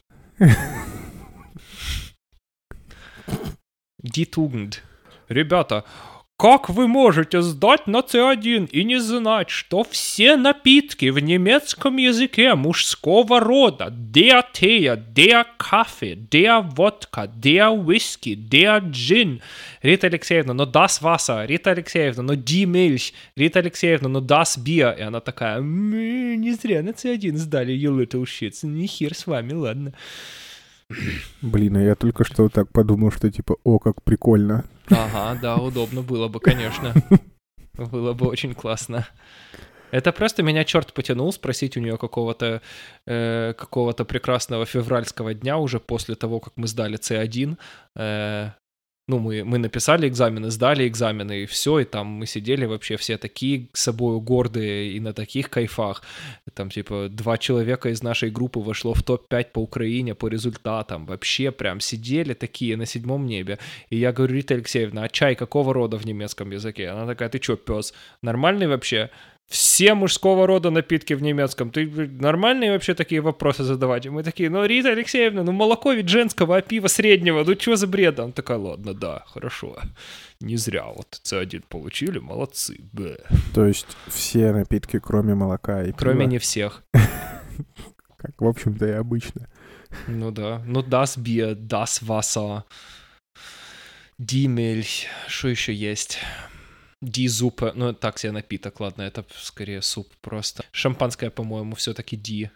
Die Tugend. Ребята, как вы можете сдать на Си один и не знать, что все напитки в немецком языке мужского рода der Tee, der Kaffee, der Wodka, der Whisky, der Gin. Рита Алексеевна, ну das Wasser. Рита Алексеевна, ну die Milch. Рита Алексеевна, ну das Bier. И она такая, не зря на Си один сдали, you little shits. Не хер с вами, ладно. Блин, а я только что так подумал, что типа, о, как прикольно. Ага, да, удобно было бы, конечно. Было бы очень классно. Это просто меня черт потянул спросить у нее какого-то э, какого-то прекрасного февральского дня уже после того, как мы сдали Си один. Э, ну, мы, мы написали экзамены, сдали экзамены, и все, и там мы сидели вообще все такие с собой гордые и на таких кайфах. Там, типа, два человека из нашей группы вошло в топ пять по Украине по результатам. Вообще прям сидели такие на седьмом небе. И я говорю, Рита Алексеевна, а чай какого рода в немецком языке? Она такая, ты чё, пёс, нормальный вообще? Все мужского рода напитки в немецком. Ты нормальные вообще такие вопросы задавать? И мы такие, ну, Рита Алексеевна, ну, молоко ведь женского, а пиво среднего. Ну, чё за бред? Она такая, ладно, да, хорошо. Не зря вот Си один получили, молодцы. Бэ. То есть все напитки, кроме молока и пива? Кроме не всех. Как, в общем-то, и обычно. Ну да. Ну, das Bier, das Wasser, die Milch. Что еще есть? Ди зупа, ну так себе напиток, ладно, это скорее суп просто. Шампанское, по-моему, все-таки ди.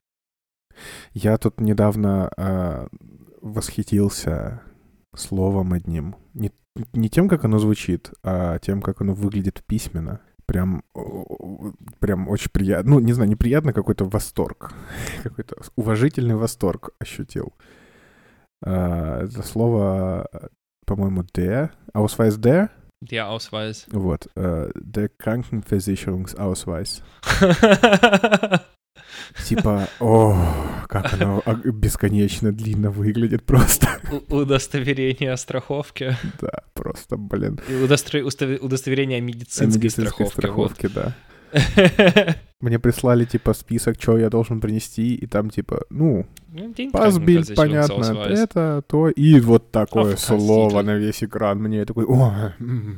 Я тут недавно э, восхитился словом одним. Не, не тем, как оно звучит, а тем, как оно выглядит письменно. Прям, прям очень приятно. Ну, не знаю, неприятно, какой-то восторг. Какой-то уважительный восторг ощутил. Э, это слово, по-моему, der. Ausweis der? Der Ausweis. Вот. Äh, der Krankenversicherungsausweis. Типа, о, как оно бесконечно длинно выглядит просто. У- удостоверение страховки. Да, просто, блин. И удостро- устав- удостоверение медицинской, Медицинской страховки. страховки, да. Мне прислали, типа, список, что я должен принести, и там, типа, ну, пасбильд, понятно, это, то, и вот такое слово на весь экран. Мне я такой, о,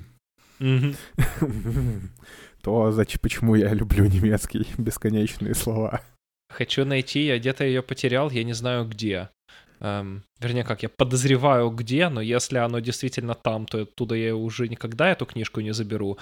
то, значит, почему я люблю немецкий, бесконечные слова. Хочу найти, я где-то ее потерял, я не знаю где. Эм, вернее, как, я подозреваю где, но если оно действительно там, то оттуда я уже никогда эту книжку не заберу.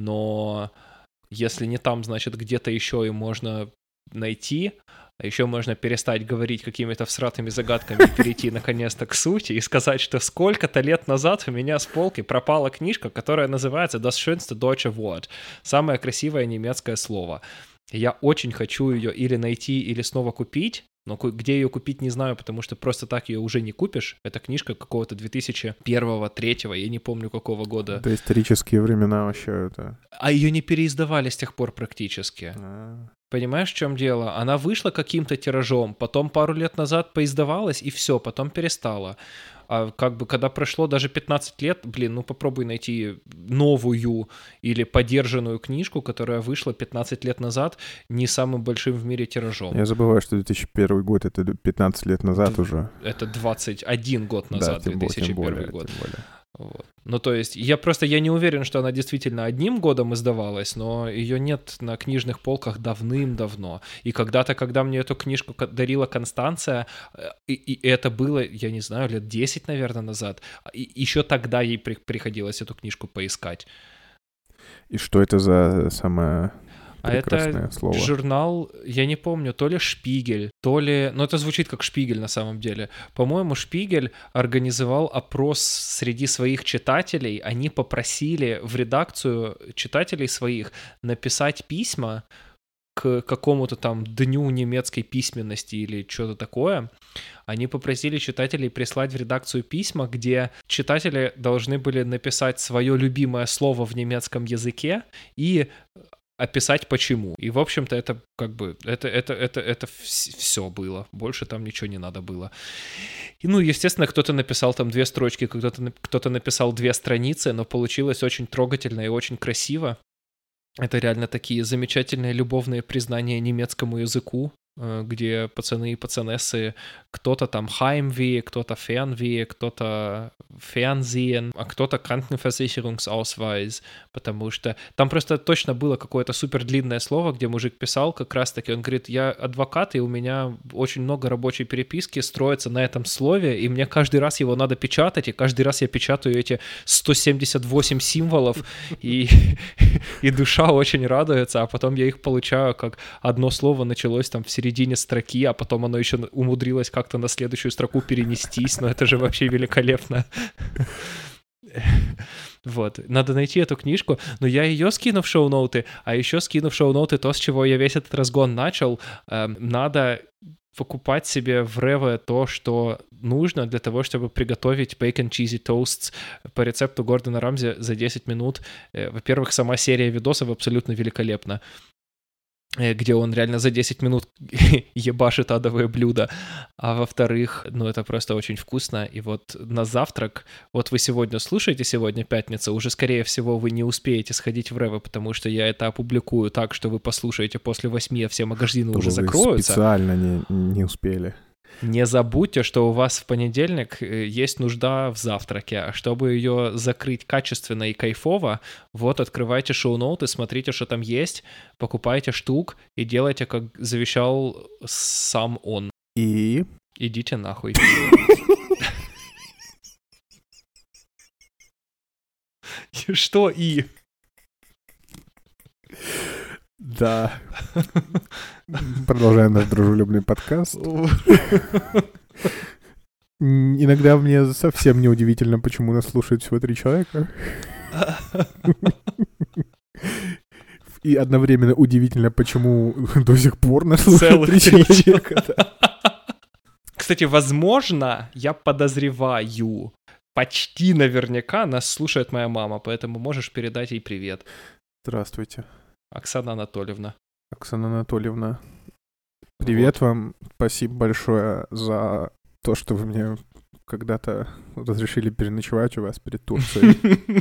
Но если не там, значит, где-то еще и можно найти, а еще можно перестать говорить какими-то всратыми загадками и перейти наконец-то к сути и сказать, что сколько-то лет назад у меня с полки пропала книжка, которая называется «Das schönste deutsche Wort», самое красивое немецкое слово. Я очень хочу ее или найти, или снова купить, но где ее купить, не знаю, потому что просто так ее уже не купишь. Это книжка какого-то две тысячи первого, третьего, я не помню какого года. Это исторические времена вообще это. А ее не переиздавали с тех пор практически. А-а-а. Понимаешь, в чем дело? Она вышла каким-то тиражом, потом пару лет назад поиздавалась, и все, потом перестала. А как бы, когда прошло даже пятнадцать лет, блин, ну попробуй найти новую или подержанную книжку, которая вышла пятнадцать лет назад, не самым большим в мире тиражом. Я забываю, что две тысячи первый год — это пятнадцать лет назад Д- уже. Это двадцать один год назад, да, две тысячи первый более, год. Вот. Ну, то есть, я просто, я не уверен, что она действительно одним годом издавалась, но ее нет на книжных полках давным-давно. И когда-то, когда мне эту книжку дарила Констанция, и, и это было, я не знаю, лет десять, наверное, назад, и еще тогда ей при, приходилось эту книжку поискать. И что это за самое... А это слово. Журнал, я не помню, то ли Шпигель, то ли... Ну, это звучит как Шпигель на самом деле. По-моему, Шпигель организовал опрос среди своих читателей. Они попросили в редакцию читателей своих написать письма к какому-то там дню немецкой письменности или что-то такое. Они попросили читателей прислать в редакцию письма, где читатели должны были написать свое любимое слово в немецком языке и описать почему. И, в общем-то, это как бы, это, это, это, это все было. Больше там ничего не надо было. И, ну, естественно, кто-то написал там две строчки, кто-то, кто-то написал две страницы, но получилось очень трогательно и очень красиво. Это реально такие замечательные любовные признания немецкому языку, где пацаны и пацанессы, кто-то там Heimweh, кто-то Fernweh, кто-то Fernsehen, а кто-то Krankenversicherungsausweis, потому что там просто точно было какое-то супер длинное слово, где мужик писал как раз-таки, он говорит, я адвокат, и у меня очень много рабочей переписки строится на этом слове, и мне каждый раз его надо печатать, и каждый раз я печатаю эти сто семьдесят восемь символов, и, и душа очень радуется, а потом я их получаю, как одно слово началось там в середине строки, а потом оно еще умудрилось как-то на следующую строку перенестись, но это же вообще великолепно. Вот, надо найти эту книжку, но я ее скину в шоу-ноуты, а еще скину в шоу-ноуты то, с чего я весь этот разгон начал. Эм, надо покупать себе в Rewe то, что нужно для того, чтобы приготовить bacon cheesy toasts по рецепту Гордона Рамзи за десять минут. Э, во-первых, сама серия видосов абсолютно великолепна, где он реально за десять минут ебашит адовое блюдо, а во-вторых, ну это просто очень вкусно, и вот на завтрак, вот вы сегодня слушаете, сегодня пятница, уже скорее всего вы не успеете сходить в Rewe, потому что я это опубликую так, что вы послушаете после восьми, а все магазины уже закроются. Специально не, не успели. Не забудьте, что у вас в понедельник есть нужда в завтраке, а чтобы ее закрыть качественно и кайфово, вот открывайте шоу-ноуты, смотрите, что там есть, покупайте штук и делайте, как завещал сам он. И? Идите нахуй. Что и? Да. Продолжаем наш дружелюбный подкаст. Иногда мне совсем неудивительно, почему нас слушают всего три человека. И одновременно удивительно, почему до сих пор нас слушают три человека. Кстати, возможно, я подозреваю, почти наверняка нас слушает моя мама, поэтому можешь передать ей привет. Здравствуйте. Оксана Анатольевна. Оксана Анатольевна, привет вот. Вам. Спасибо большое за то, что вы мне когда-то разрешили переночевать у вас перед Турцией.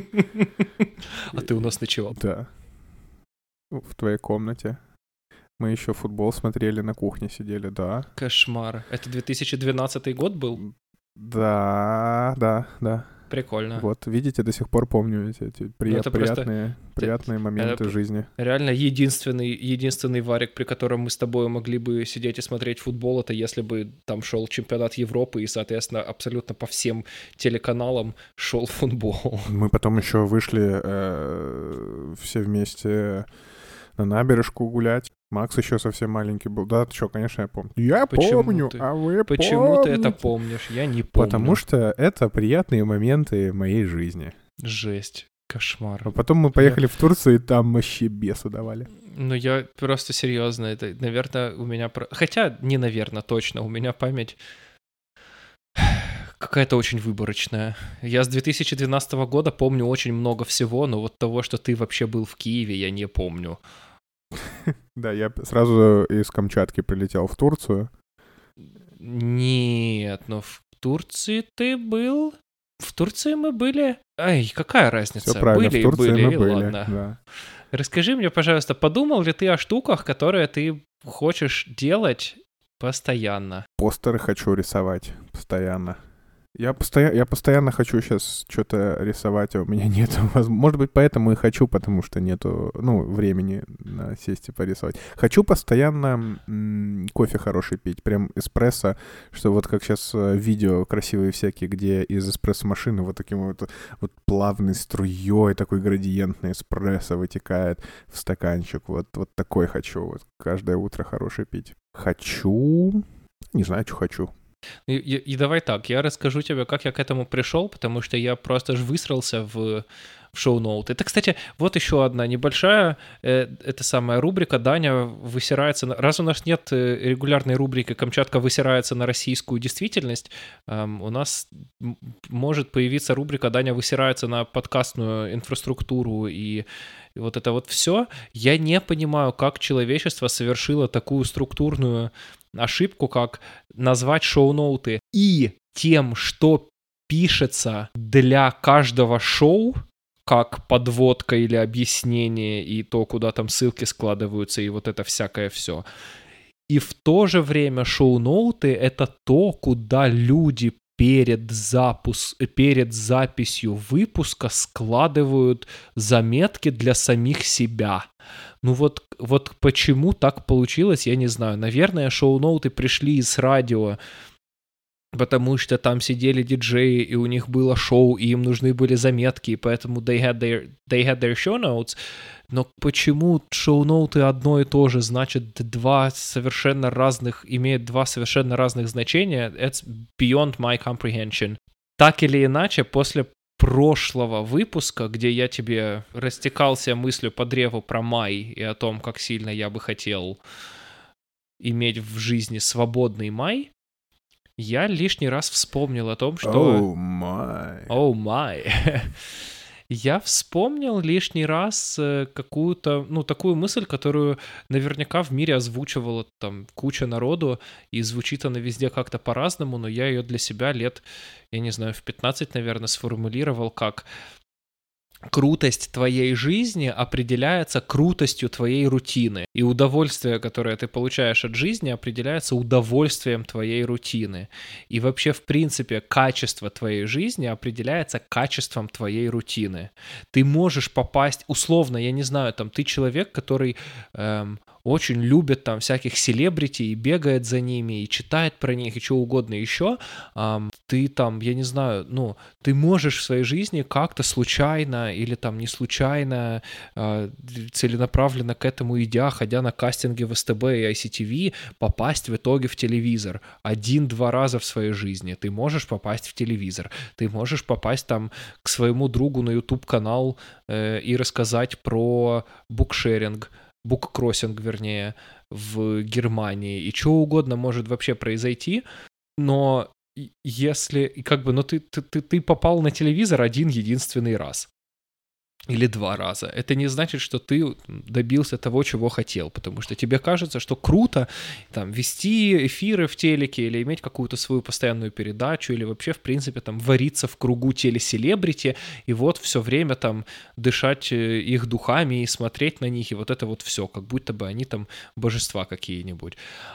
А ты у нас ночевал? Да. В твоей комнате. Мы еще футбол смотрели, на кухне сидели, да. Кошмар. Это две тысячи двенадцатый год был? Да, да, да. Прикольно. Вот, видите, до сих пор помню эти, эти прият, ну, приятные, приятные моменты это жизни. Реально единственный, единственный варик, при котором мы с тобой могли бы сидеть и смотреть футбол, это если бы там шел чемпионат Европы и, соответственно, абсолютно по всем телеканалам шел футбол. Мы потом еще вышли э, все вместе на набережку гулять. Макс еще совсем маленький был. Да, что, конечно, я помню. Я Почему помню, ты? а вы Почему помните? ты это помнишь? Я не помню. Потому что это приятные моменты моей жизни. Жесть. Кошмар. А потом мы поехали я... в Турцию, и там вообще бесу давали. Ну, я просто серьезно. Это, наверное, у меня... Хотя, не наверное, точно. У меня память какая-то очень выборочная. Я с две тысячи двенадцатого года помню очень много всего, но вот того, что ты вообще был в Киеве, я не помню. Да, я сразу из Камчатки прилетел в Турцию. Нет, но в Турции ты был? В Турции мы были? Ай, какая разница? Все правильно, были в Турции были, мы были, ладно. Да. Расскажи мне, пожалуйста, подумал ли ты о штуках, которые ты хочешь делать постоянно? Постеры хочу рисовать постоянно. Я, постоя... я постоянно хочу сейчас что-то рисовать, а у меня нет возможности. Может быть, поэтому и хочу, потому что нету, ну, времени на сесть и порисовать. Хочу постоянно м- кофе хороший пить, прям эспрессо, что вот как сейчас видео красивые всякие, где из эспрессо-машины вот таким вот, вот плавной струей такой градиентный эспрессо вытекает в стаканчик. Вот, вот такой хочу, вот каждое утро хороший пить. Хочу... Не знаю, что хочу. И, и, и давай так, я расскажу тебе, как я к этому пришел, потому что я просто ж высрался в в шоу-ноуты. Это, кстати, вот еще одна небольшая, э, это самая рубрика «Даня высирается». На... Раз у нас нет регулярной рубрики «Камчатка высирается на российскую действительность», э, у нас м- может появиться рубрика «Даня высирается на подкастную инфраструктуру» и вот это вот все. Я не понимаю, как человечество совершило такую структурную ошибку, как назвать шоу-ноуты и тем, что пишется для каждого шоу, как подводка или объяснение, и то, куда там ссылки складываются, и вот это всякое все. И в то же время шоу-ноуты — это то, куда люди перед, запуск, перед записью выпуска складывают заметки для самих себя. Ну вот, вот почему так получилось, я не знаю. Наверное, шоу-ноуты пришли из радио, потому что там сидели диджеи, и у них было шоу, и им нужны были заметки, и поэтому they had their, they had their show notes. Но почему шоу-ноуты одно и то же, значит, два совершенно разных, имеют два совершенно разных значения? It's beyond my comprehension. Так или иначе, после прошлого выпуска, где я тебе растекался мыслью по древу про май и о том, как сильно я бы хотел иметь в жизни свободный май, я лишний раз вспомнил о том, что... Oh my. Oh my. Я вспомнил лишний раз какую-то, ну, такую мысль, которую наверняка в мире озвучивала там куча народу, и звучит она везде как-то по-разному, но я ее для себя лет, я не знаю, в пятнадцать, наверное, сформулировал как: крутость твоей жизни определяется крутостью твоей рутины, и удовольствие, которое ты получаешь от жизни, определяется удовольствием твоей рутины. И вообще, в принципе, качество твоей жизни определяется качеством твоей рутины. Ты можешь попасть, условно, я не знаю, там, ты человек, который эм, очень любит там всяких селебрити и бегает за ними, и читает про них, и что угодно еще, эм, ты там, я не знаю, ну, ты можешь в своей жизни как-то случайно или там не случайно, э, целенаправленно к этому идя, ходя на кастинги в СТБ и ай си ти ви, попасть в итоге в телевизор. Один-два раза в своей жизни ты можешь попасть в телевизор. Ты можешь попасть там к своему другу на YouTube-канал э, и рассказать про букшеринг, буккроссинг, вернее, в Германии. И что угодно может вообще произойти, но если, как бы, ну ты, ты, ты, ты попал на телевизор один единственный раз. Или два раза. Это не значит, что ты добился того, чего хотел, потому что тебе кажется, что круто там вести эфиры в телеке или иметь какую-то свою постоянную передачу, или вообще, в принципе, там вариться в кругу телеселебрити, и вот все время там дышать их духами и смотреть на них, и вот это вот все, как будто бы они там божества какие-нибудь.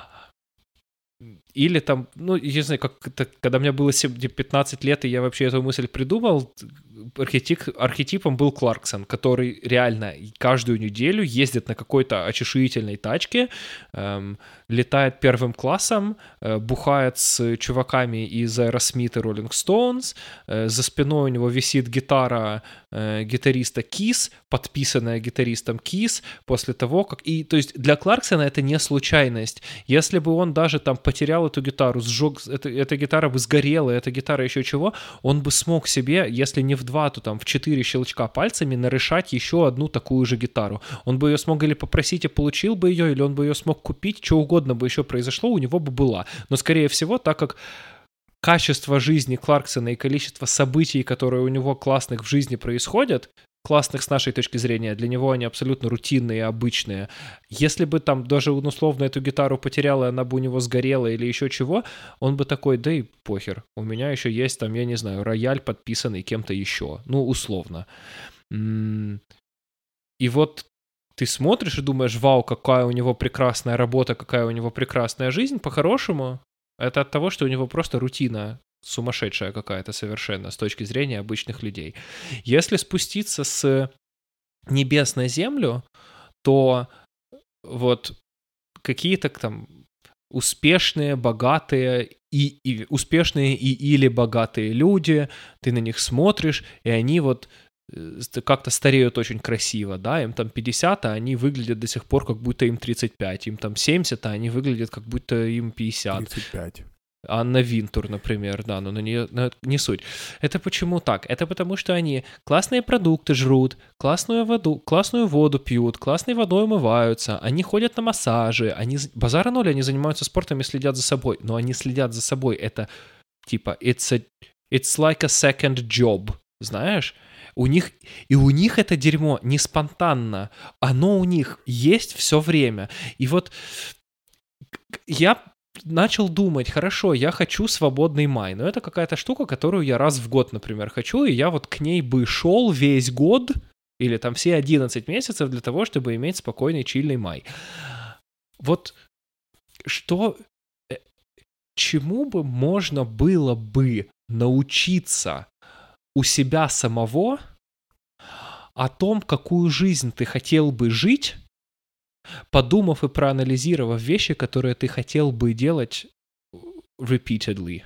Или там, ну, я не знаю, как это, когда мне было пятнадцать лет, и я вообще эту мысль придумал, архетип, архетипом был Кларксон, который реально каждую неделю ездит на какой-то очешуительной тачке, эм, летает первым классом, э, бухает с чуваками из Aerosmith и Rolling Stones, э, за спиной у него висит гитара э, гитариста Kiss, подписанная гитаристом Kiss, после того, как... И, то есть для Кларксона это не случайность. Если бы он даже там потерял эту гитару, сжег, это, эта гитара бы сгорела, эта гитара еще чего, он бы смог себе, если не в два, то там в четыре щелчка пальцами нарешать еще одну такую же гитару. Он бы ее смог или попросить и получил бы ее, или он бы ее смог купить, что угодно бы еще произошло, у него бы была. Но, скорее всего, так как качество жизни Кларксона и количество событий, которые у него классных в жизни происходят, классных с нашей точки зрения, для него они абсолютно рутинные и обычные. Если бы там даже он условно эту гитару потерял, и она бы у него сгорела или еще чего, он бы такой: да и похер, у меня еще есть там, я не знаю, рояль, подписанный кем-то еще, ну, условно. И вот ты смотришь и думаешь: вау, какая у него прекрасная работа, какая у него прекрасная жизнь. По-хорошему, это от того, что у него просто рутина сумасшедшая какая-то совершенно с точки зрения обычных людей. Если спуститься с небес на землю, то вот какие-то там успешные, богатые и, и успешные и или богатые люди, ты на них смотришь, и они вот как-то стареют очень красиво, да, им там пятьдесят, а они выглядят до сих пор, как будто им тридцать пять, им там семьдесят, а они выглядят, как будто им пятьдесят. тридцать пять. Анна Винтур, например, да, но на нее но не суть. Это почему так? Это потому, что они классные продукты жрут, классную воду, классную воду пьют, классной водой умываются, они ходят на массажи, они, базара ноль, они занимаются спортом и следят за собой, но они следят за собой, это типа, it's, a, it's like a second job, знаешь? У них, и у них это дерьмо не спонтанно, оно у них есть все время. И вот я начал думать, хорошо, я хочу свободный май, но это какая-то штука, которую я раз в год, например, хочу, и я вот к ней бы шел весь год, или там все одиннадцать месяцев для того, чтобы иметь спокойный, чильный май. Вот что, чему бы можно было бы научиться у себя самого о том, какую жизнь ты хотел бы жить, подумав и проанализировав вещи, которые ты хотел бы делать repeatedly,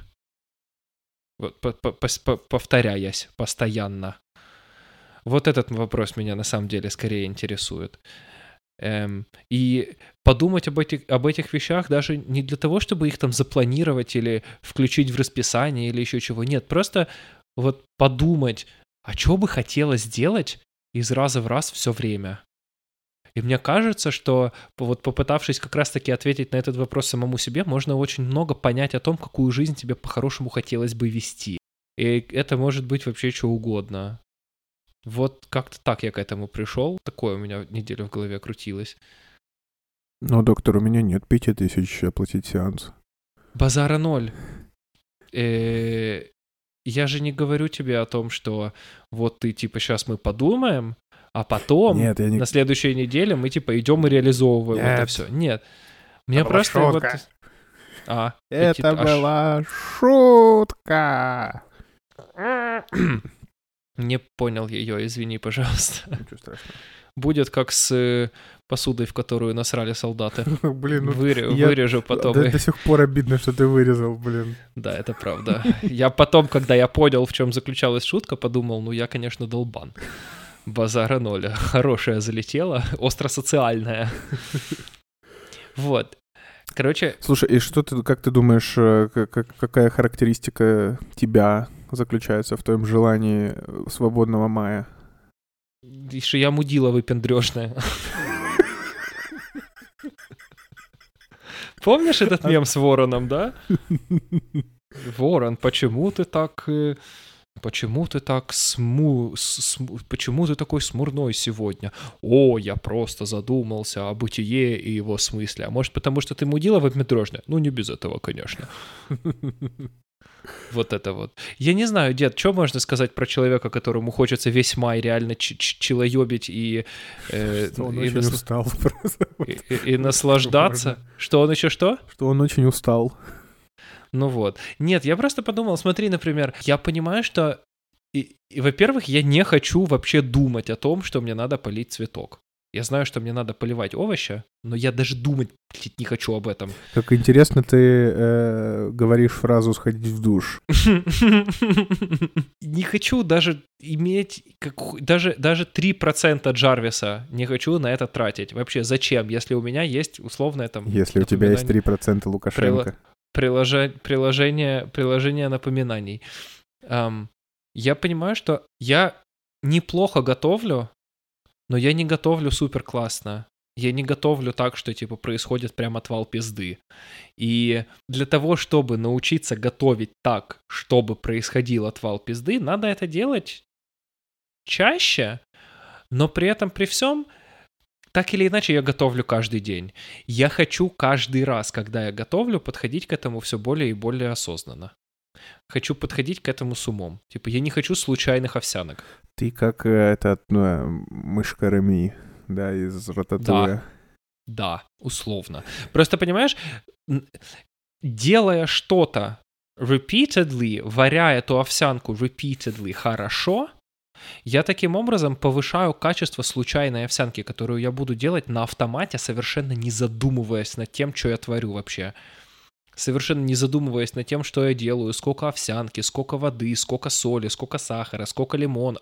повторяясь постоянно. Вот этот вопрос меня на самом деле скорее интересует. Эм, и подумать об этих, об этих вещах даже не для того, чтобы их там запланировать или включить в расписание или еще чего. Нет, просто вот подумать, а что бы хотелось делать из раза в раз все время. И мне кажется, что вот попытавшись как раз-таки ответить на этот вопрос самому себе, можно очень много понять о том, какую жизнь тебе по-хорошему хотелось бы вести. И это может быть вообще что угодно. Вот как-то так я к этому пришел. Такое у меня неделю в голове крутилось. Но, доктор, у меня нет пяти тысяч оплатить сеанс. Базара ноль. Э-э- я же не говорю тебе о том, что вот ты типа сейчас мы подумаем, а потом Нет, не... на следующей неделе мы типа идем и реализовываем Нет. это все. Нет. Мне это просто вот... А, это эти... была Аж... шутка. Не понял ее, извини, пожалуйста. Ничего страшного. Будет как с посудой, в которую насрали солдаты. Блин, ну Вырежу, я... вырежу потом. До, и... до сих пор обидно, что ты вырезал, блин. Да, это правда. Я потом, когда я понял, в чем заключалась шутка, подумал, ну я, конечно, долбан. Базара ноль. Хорошая залетела, остросоциальная. Вот. Короче... Слушай, и что ты, как ты думаешь, как, какая характеристика тебя заключается в твоем желании свободного мая? И что я мудила выпендрёшная. Помнишь этот мем с вороном, да? Ворон, почему ты так... Почему ты так сму... См... Почему ты такой смурной сегодня? О, я просто задумался о бытие и его смысле. А может, потому что ты мудила выпендрёшная? Ну, не без этого, конечно. Вот это вот. Я не знаю, дед, что можно сказать про человека, которому хочется весь май реально ч- ч- чилоёбить и... Э, что он и очень нас... устал просто. И, и, и наслаждаться. Что он еще что? Что он очень устал. Ну вот. Нет, я просто подумал, смотри, например, я понимаю, что... И, и, во-первых, я не хочу вообще думать о том, что мне надо полить цветок. Я знаю, что мне надо поливать овощи, но я даже думать не хочу об этом. Как интересно ты э, говоришь фразу «сходить в душ». Не хочу даже иметь, как, даже, даже три процента Джарвиса не хочу на это тратить. Вообще, зачем, если у меня есть условное там... Если у тебя есть три процента Лукашенко. Прилож... Приложение, приложение напоминаний. Um, я понимаю, что я неплохо готовлю, но я не готовлю супер классно. Я не готовлю так, что, типа, происходит прям отвал пизды. И для того, чтобы научиться готовить так, чтобы происходил отвал пизды, надо это делать чаще, но при этом, при всем, так или иначе, я готовлю каждый день. Я хочу каждый раз, когда я готовлю, подходить к этому все более и более осознанно. Хочу подходить к этому с умом. Типа, я не хочу случайных овсянок. Ты как этот, ну, мышка Реми, да, из Рататуя. Да, да, условно. Просто, понимаешь, делая что-то repeatedly, варя эту овсянку repeatedly хорошо, я таким образом повышаю качество случайной овсянки, которую я буду делать на автомате, совершенно не задумываясь над тем, что я творю вообще. Совершенно не задумываясь над тем, что я делаю, сколько овсянки, сколько воды, сколько соли, сколько сахара, сколько лимона.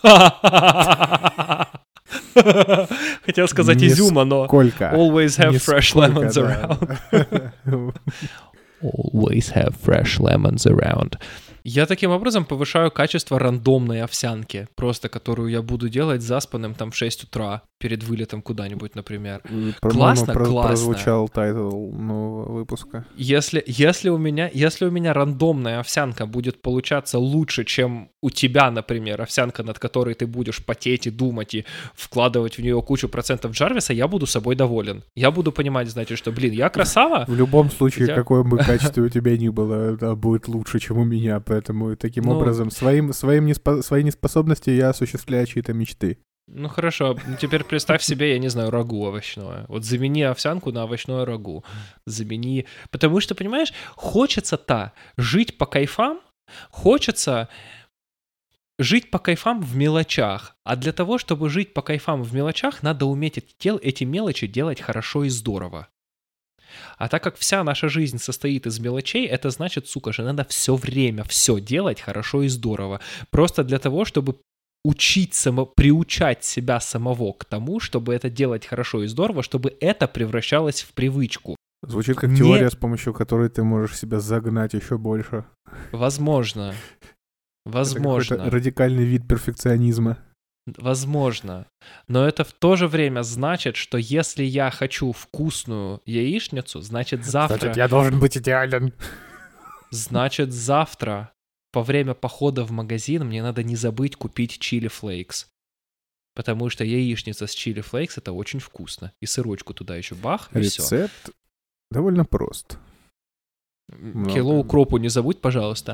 Хотел сказать изюма, но always have fresh lemons around. Always have fresh lemons around. Я таким образом повышаю качество рандомной овсянки, просто которую я буду делать заспанным там в шесть утра перед вылетом куда-нибудь, например. Классно, про- классно. Прозвучал тайтл нового выпуска. Если, если, у меня, если у меня рандомная овсянка будет получаться лучше, чем у тебя, например, овсянка, над которой ты будешь потеть и думать, и вкладывать в нее кучу процентов Джарвиса, я буду собой доволен. Я буду понимать, значит, что, блин, я красава. В любом случае, Я- какое бы качество у тебя ни было, да, будет лучше, чем у меня, поэтому таким Ну- образом своим, своим неспо- своей неспособностью я осуществляю чьи-то мечты. Ну хорошо, теперь представь себе, я не знаю, рагу овощное. Вот замени овсянку на овощное рагу. Замени... Потому что, понимаешь, хочется-то жить по кайфам, хочется жить по кайфам в мелочах. А для того, чтобы жить по кайфам в мелочах, надо уметь эти, дел- эти мелочи делать хорошо и здорово. А так как вся наша жизнь состоит из мелочей, это значит, сука же, надо все время все делать хорошо и здорово. Просто для того, чтобы учить само, приучать себя самого к тому, чтобы это делать хорошо и здорово, чтобы это превращалось в привычку. Звучит как Не- теория, с помощью которой ты можешь себя загнать еще больше. Возможно. Это Возможно. какой-то радикальный вид перфекционизма. Возможно. Но это в то же время значит, что если я хочу вкусную яичницу, значит завтра... Значит, я должен быть идеален. Значит, завтра во время похода в магазин мне надо не забыть купить чили флейкс. Потому что яичница с чили флейкс — это очень вкусно. И сырочку туда еще бах, и все. Рецепт довольно прост. Много. Кило укропу не забудь, пожалуйста.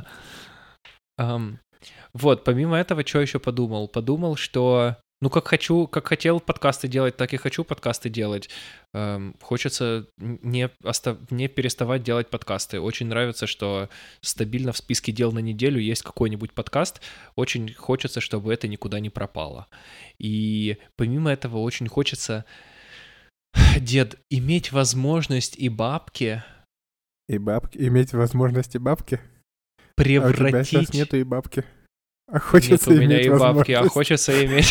Ам, вот, помимо этого, что еще подумал? Подумал, что, ну, как хочу, как хотел подкасты делать, так и хочу подкасты делать. Ам, хочется не, остав- не переставать делать подкасты. Очень нравится, что стабильно в списке дел на неделю есть какой-нибудь подкаст. Очень хочется, чтобы это никуда не пропало. И помимо этого, очень хочется, дед, иметь возможность и бабки И бабки, иметь возможности бабки. А у тебя сейчас превратить... нету и бабки. А Нет хочется у меня иметь и бабки, а возможность. хочется иметь...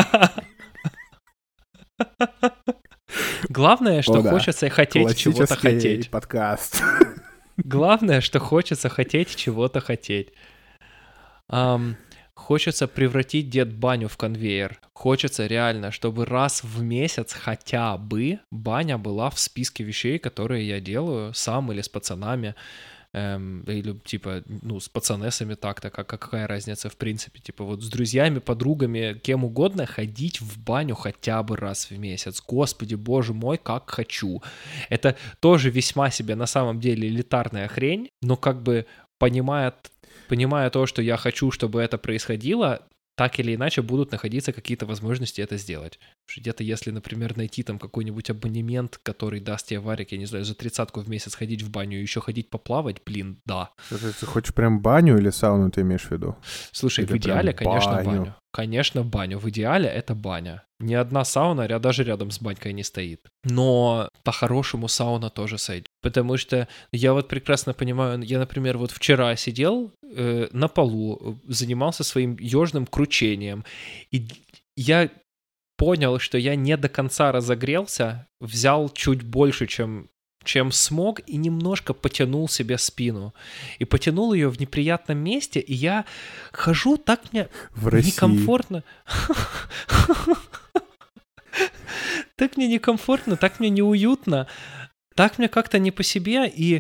Главное, что О, да. хочется хотеть чего-то Классический хотеть. подкаст. Главное, что хочется хотеть чего-то хотеть. Ам, хочется превратить дед баню в конвейер. Хочется реально, чтобы раз в месяц хотя бы баня была в списке вещей, которые я делаю сам или с пацанами. Эм, или типа, ну, с пацанесами так-то, как, какая разница в принципе. Типа вот с друзьями, подругами, кем угодно ходить в баню хотя бы раз в месяц. Господи, боже мой, как хочу. Это тоже весьма себе на самом деле элитарная хрень, но как бы понимая, понимая то, что я хочу, чтобы это происходило, так или иначе будут находиться какие-то возможности это сделать. Потому что где-то если, например, найти там какой-нибудь абонемент, который даст тебе, Варик, я не знаю, за тридцатку в месяц ходить в баню и еще ходить поплавать, блин, да. Ты, ты хочешь прям баню или сауну ты имеешь в виду? Слушай, Или в идеале, прям конечно, баню. баню. Конечно, баню. В идеале это баня. Ни одна сауна ря- даже рядом с банькой не стоит. Но по-хорошему сауна тоже сойдет. Потому что я вот прекрасно понимаю, я, например, вот вчера сидел э, на полу, э, занимался своим ёжным кручением, и я понял, что я не до конца разогрелся, взял чуть больше, чем чем смог, и немножко потянул себе спину. И потянул ее в неприятном месте, и я хожу, так мне В России. некомфортно. Так мне некомфортно, так мне неуютно, так мне как-то не по себе, и...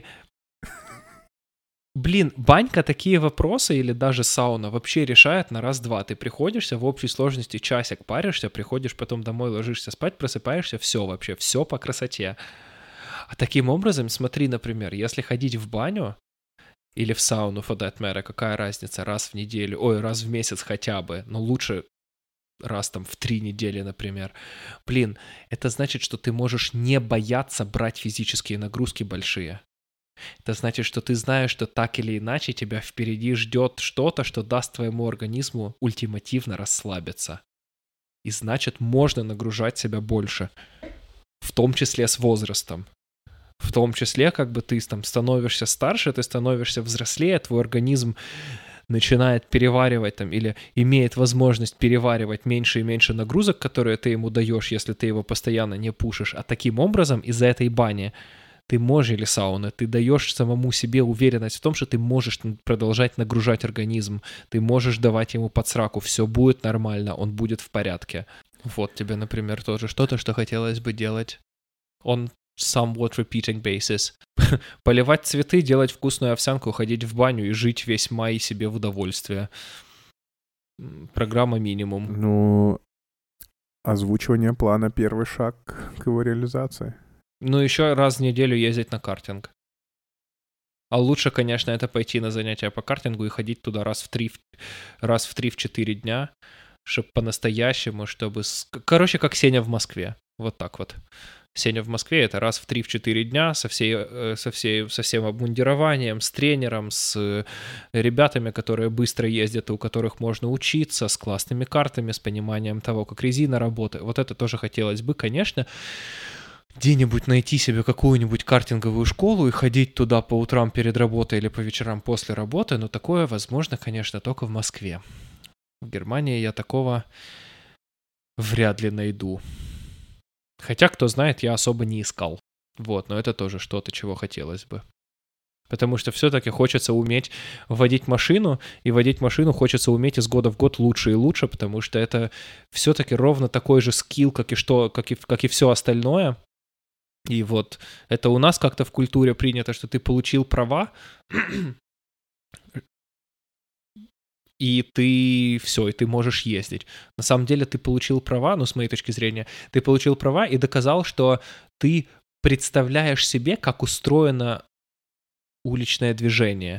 Блин, банька такие вопросы или даже сауна вообще решает на раз-два. Ты приходишься в общей сложности часик, паришься, приходишь потом домой, ложишься спать, просыпаешься, все вообще, все по красоте. А таким образом, смотри, например, если ходить в баню или в сауну, for that matter, какая разница, раз в неделю, ой, раз в месяц хотя бы, но лучше раз там в три недели, например. Блин, это значит, что ты можешь не бояться брать физические нагрузки большие. Это значит, что ты знаешь, что так или иначе тебя впереди ждет что-то, что даст твоему организму ультимативно расслабиться. И значит, можно нагружать себя больше. В том числе с возрастом. В том числе, как бы ты там становишься старше, ты становишься взрослее, твой организм начинает переваривать там или имеет возможность переваривать меньше и меньше нагрузок, которые ты ему даешь, если ты его постоянно не пушишь. А таким образом из-за этой бани ты можешь, или сауны, ты даешь самому себе уверенность в том, что ты можешь продолжать нагружать организм, ты можешь давать ему подсраку, все будет нормально, он будет в порядке. Вот тебе, например, тоже что-то, что хотелось бы делать on somewhat repeating basis. Поливать цветы, делать вкусную овсянку, ходить в баню и жить весь май себе в удовольствие. Программа минимум. Ну, озвучивание плана — первый шаг к его реализации. Ну, еще раз в неделю ездить на картинг. А лучше, конечно, это пойти на занятия по картингу и ходить туда раз в три, раз в три-четыре дня, чтобы по-настоящему, чтобы... Короче, как Сеня в Москве. Вот так вот. Сеня в Москве — это раз в три-четыре дня со, всей, со, всей, со всем обмундированием, с тренером, с ребятами, которые быстро ездят и у которых можно учиться, с классными картами, с пониманием того, как резина работает. Вот это тоже хотелось бы, конечно, где-нибудь найти себе какую-нибудь картинговую школу и ходить туда по утрам перед работой или по вечерам после работы, но такое возможно, конечно, только в Москве. В Германии я такого вряд ли найду. Хотя, кто знает, я особо не искал. Вот, но это тоже что-то, чего хотелось бы. Потому что все-таки хочется уметь водить машину, и водить машину хочется уметь из года в год лучше и лучше, потому что это все-таки ровно такой же скилл, как и, что, как и, как и все остальное. И вот это у нас как-то в культуре принято, что ты получил права, и ты все, и ты можешь ездить. На самом деле ты получил права, ну, с моей точки зрения, ты получил права и доказал, что ты представляешь себе, как устроено уличное движение.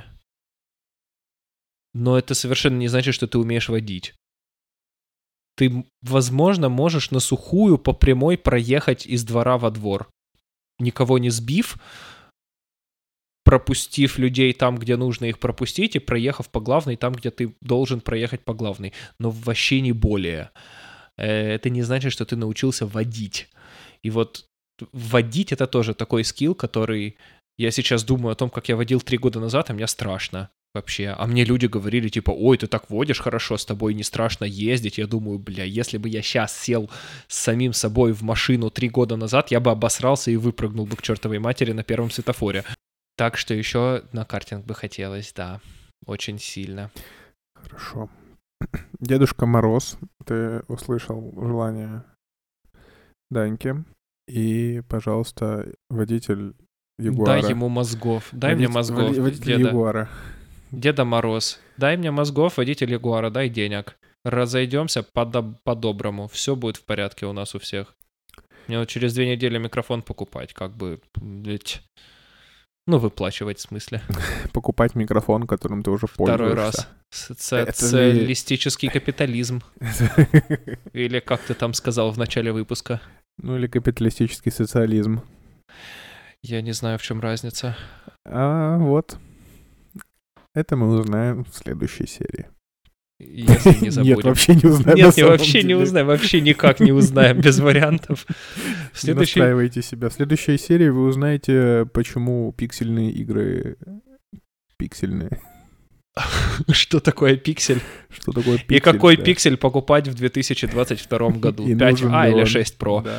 Но это совершенно не значит, что ты умеешь водить. Ты, возможно, можешь на сухую по прямой проехать из двора во двор, никого не сбив, пропустив людей там, где нужно их пропустить, и проехав по главной там, где ты должен проехать по главной. Но вообще не более. Это не значит, что ты научился водить. И вот водить — это тоже такой скилл, который... Я сейчас думаю о том, как я водил три года назад, а мне страшно вообще. А мне люди говорили, типа, ой, ты так водишь хорошо, с тобой не страшно ездить. Я думаю, бля, если бы я сейчас сел с самим собой в машину три года назад, я бы обосрался и выпрыгнул бы к чертовой матери на первом светофоре. Так что еще на картинг бы хотелось, да, очень сильно. Хорошо. Дедушка Мороз, ты услышал желание Даньки, и, пожалуйста, водитель Ягуара. Дай ему мозгов, дай водитель, мне мозгов, водитель деда. Ягуара. Деда Мороз, дай мне мозгов, водитель Ягуара, дай денег. Разойдемся по- по-доброму, все будет в порядке у нас у всех. Мне вот через две недели микрофон покупать, как бы, ведь... Ну, выплачивать, в смысле. Покупать микрофон, которым ты уже пользуешься. Второй раз. Социалистический капитализм. Или как ты там сказал в начале выпуска. Ну, или капиталистический социализм. Я не знаю, в чем разница. А вот. Это мы узнаем в следующей серии. Если не забудем. Нет, вообще не узнаем. Нет, вообще не узнаем. Вообще никак не узнаем, без вариантов. В следующей... Настраивайте себя. В следующей серии вы узнаете, почему пиксельные игры пиксельные. Что такое пиксель? Что такое пиксель? И какой да. пиксель покупать в две тысячи двадцать втором году? пять а или шесть про? Да.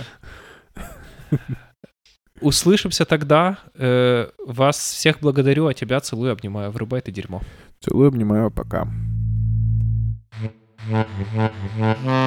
Услышимся тогда. Э, вас всех благодарю, а тебя целую, обнимаю. Врубай это дерьмо. Целую, обнимаю, пока.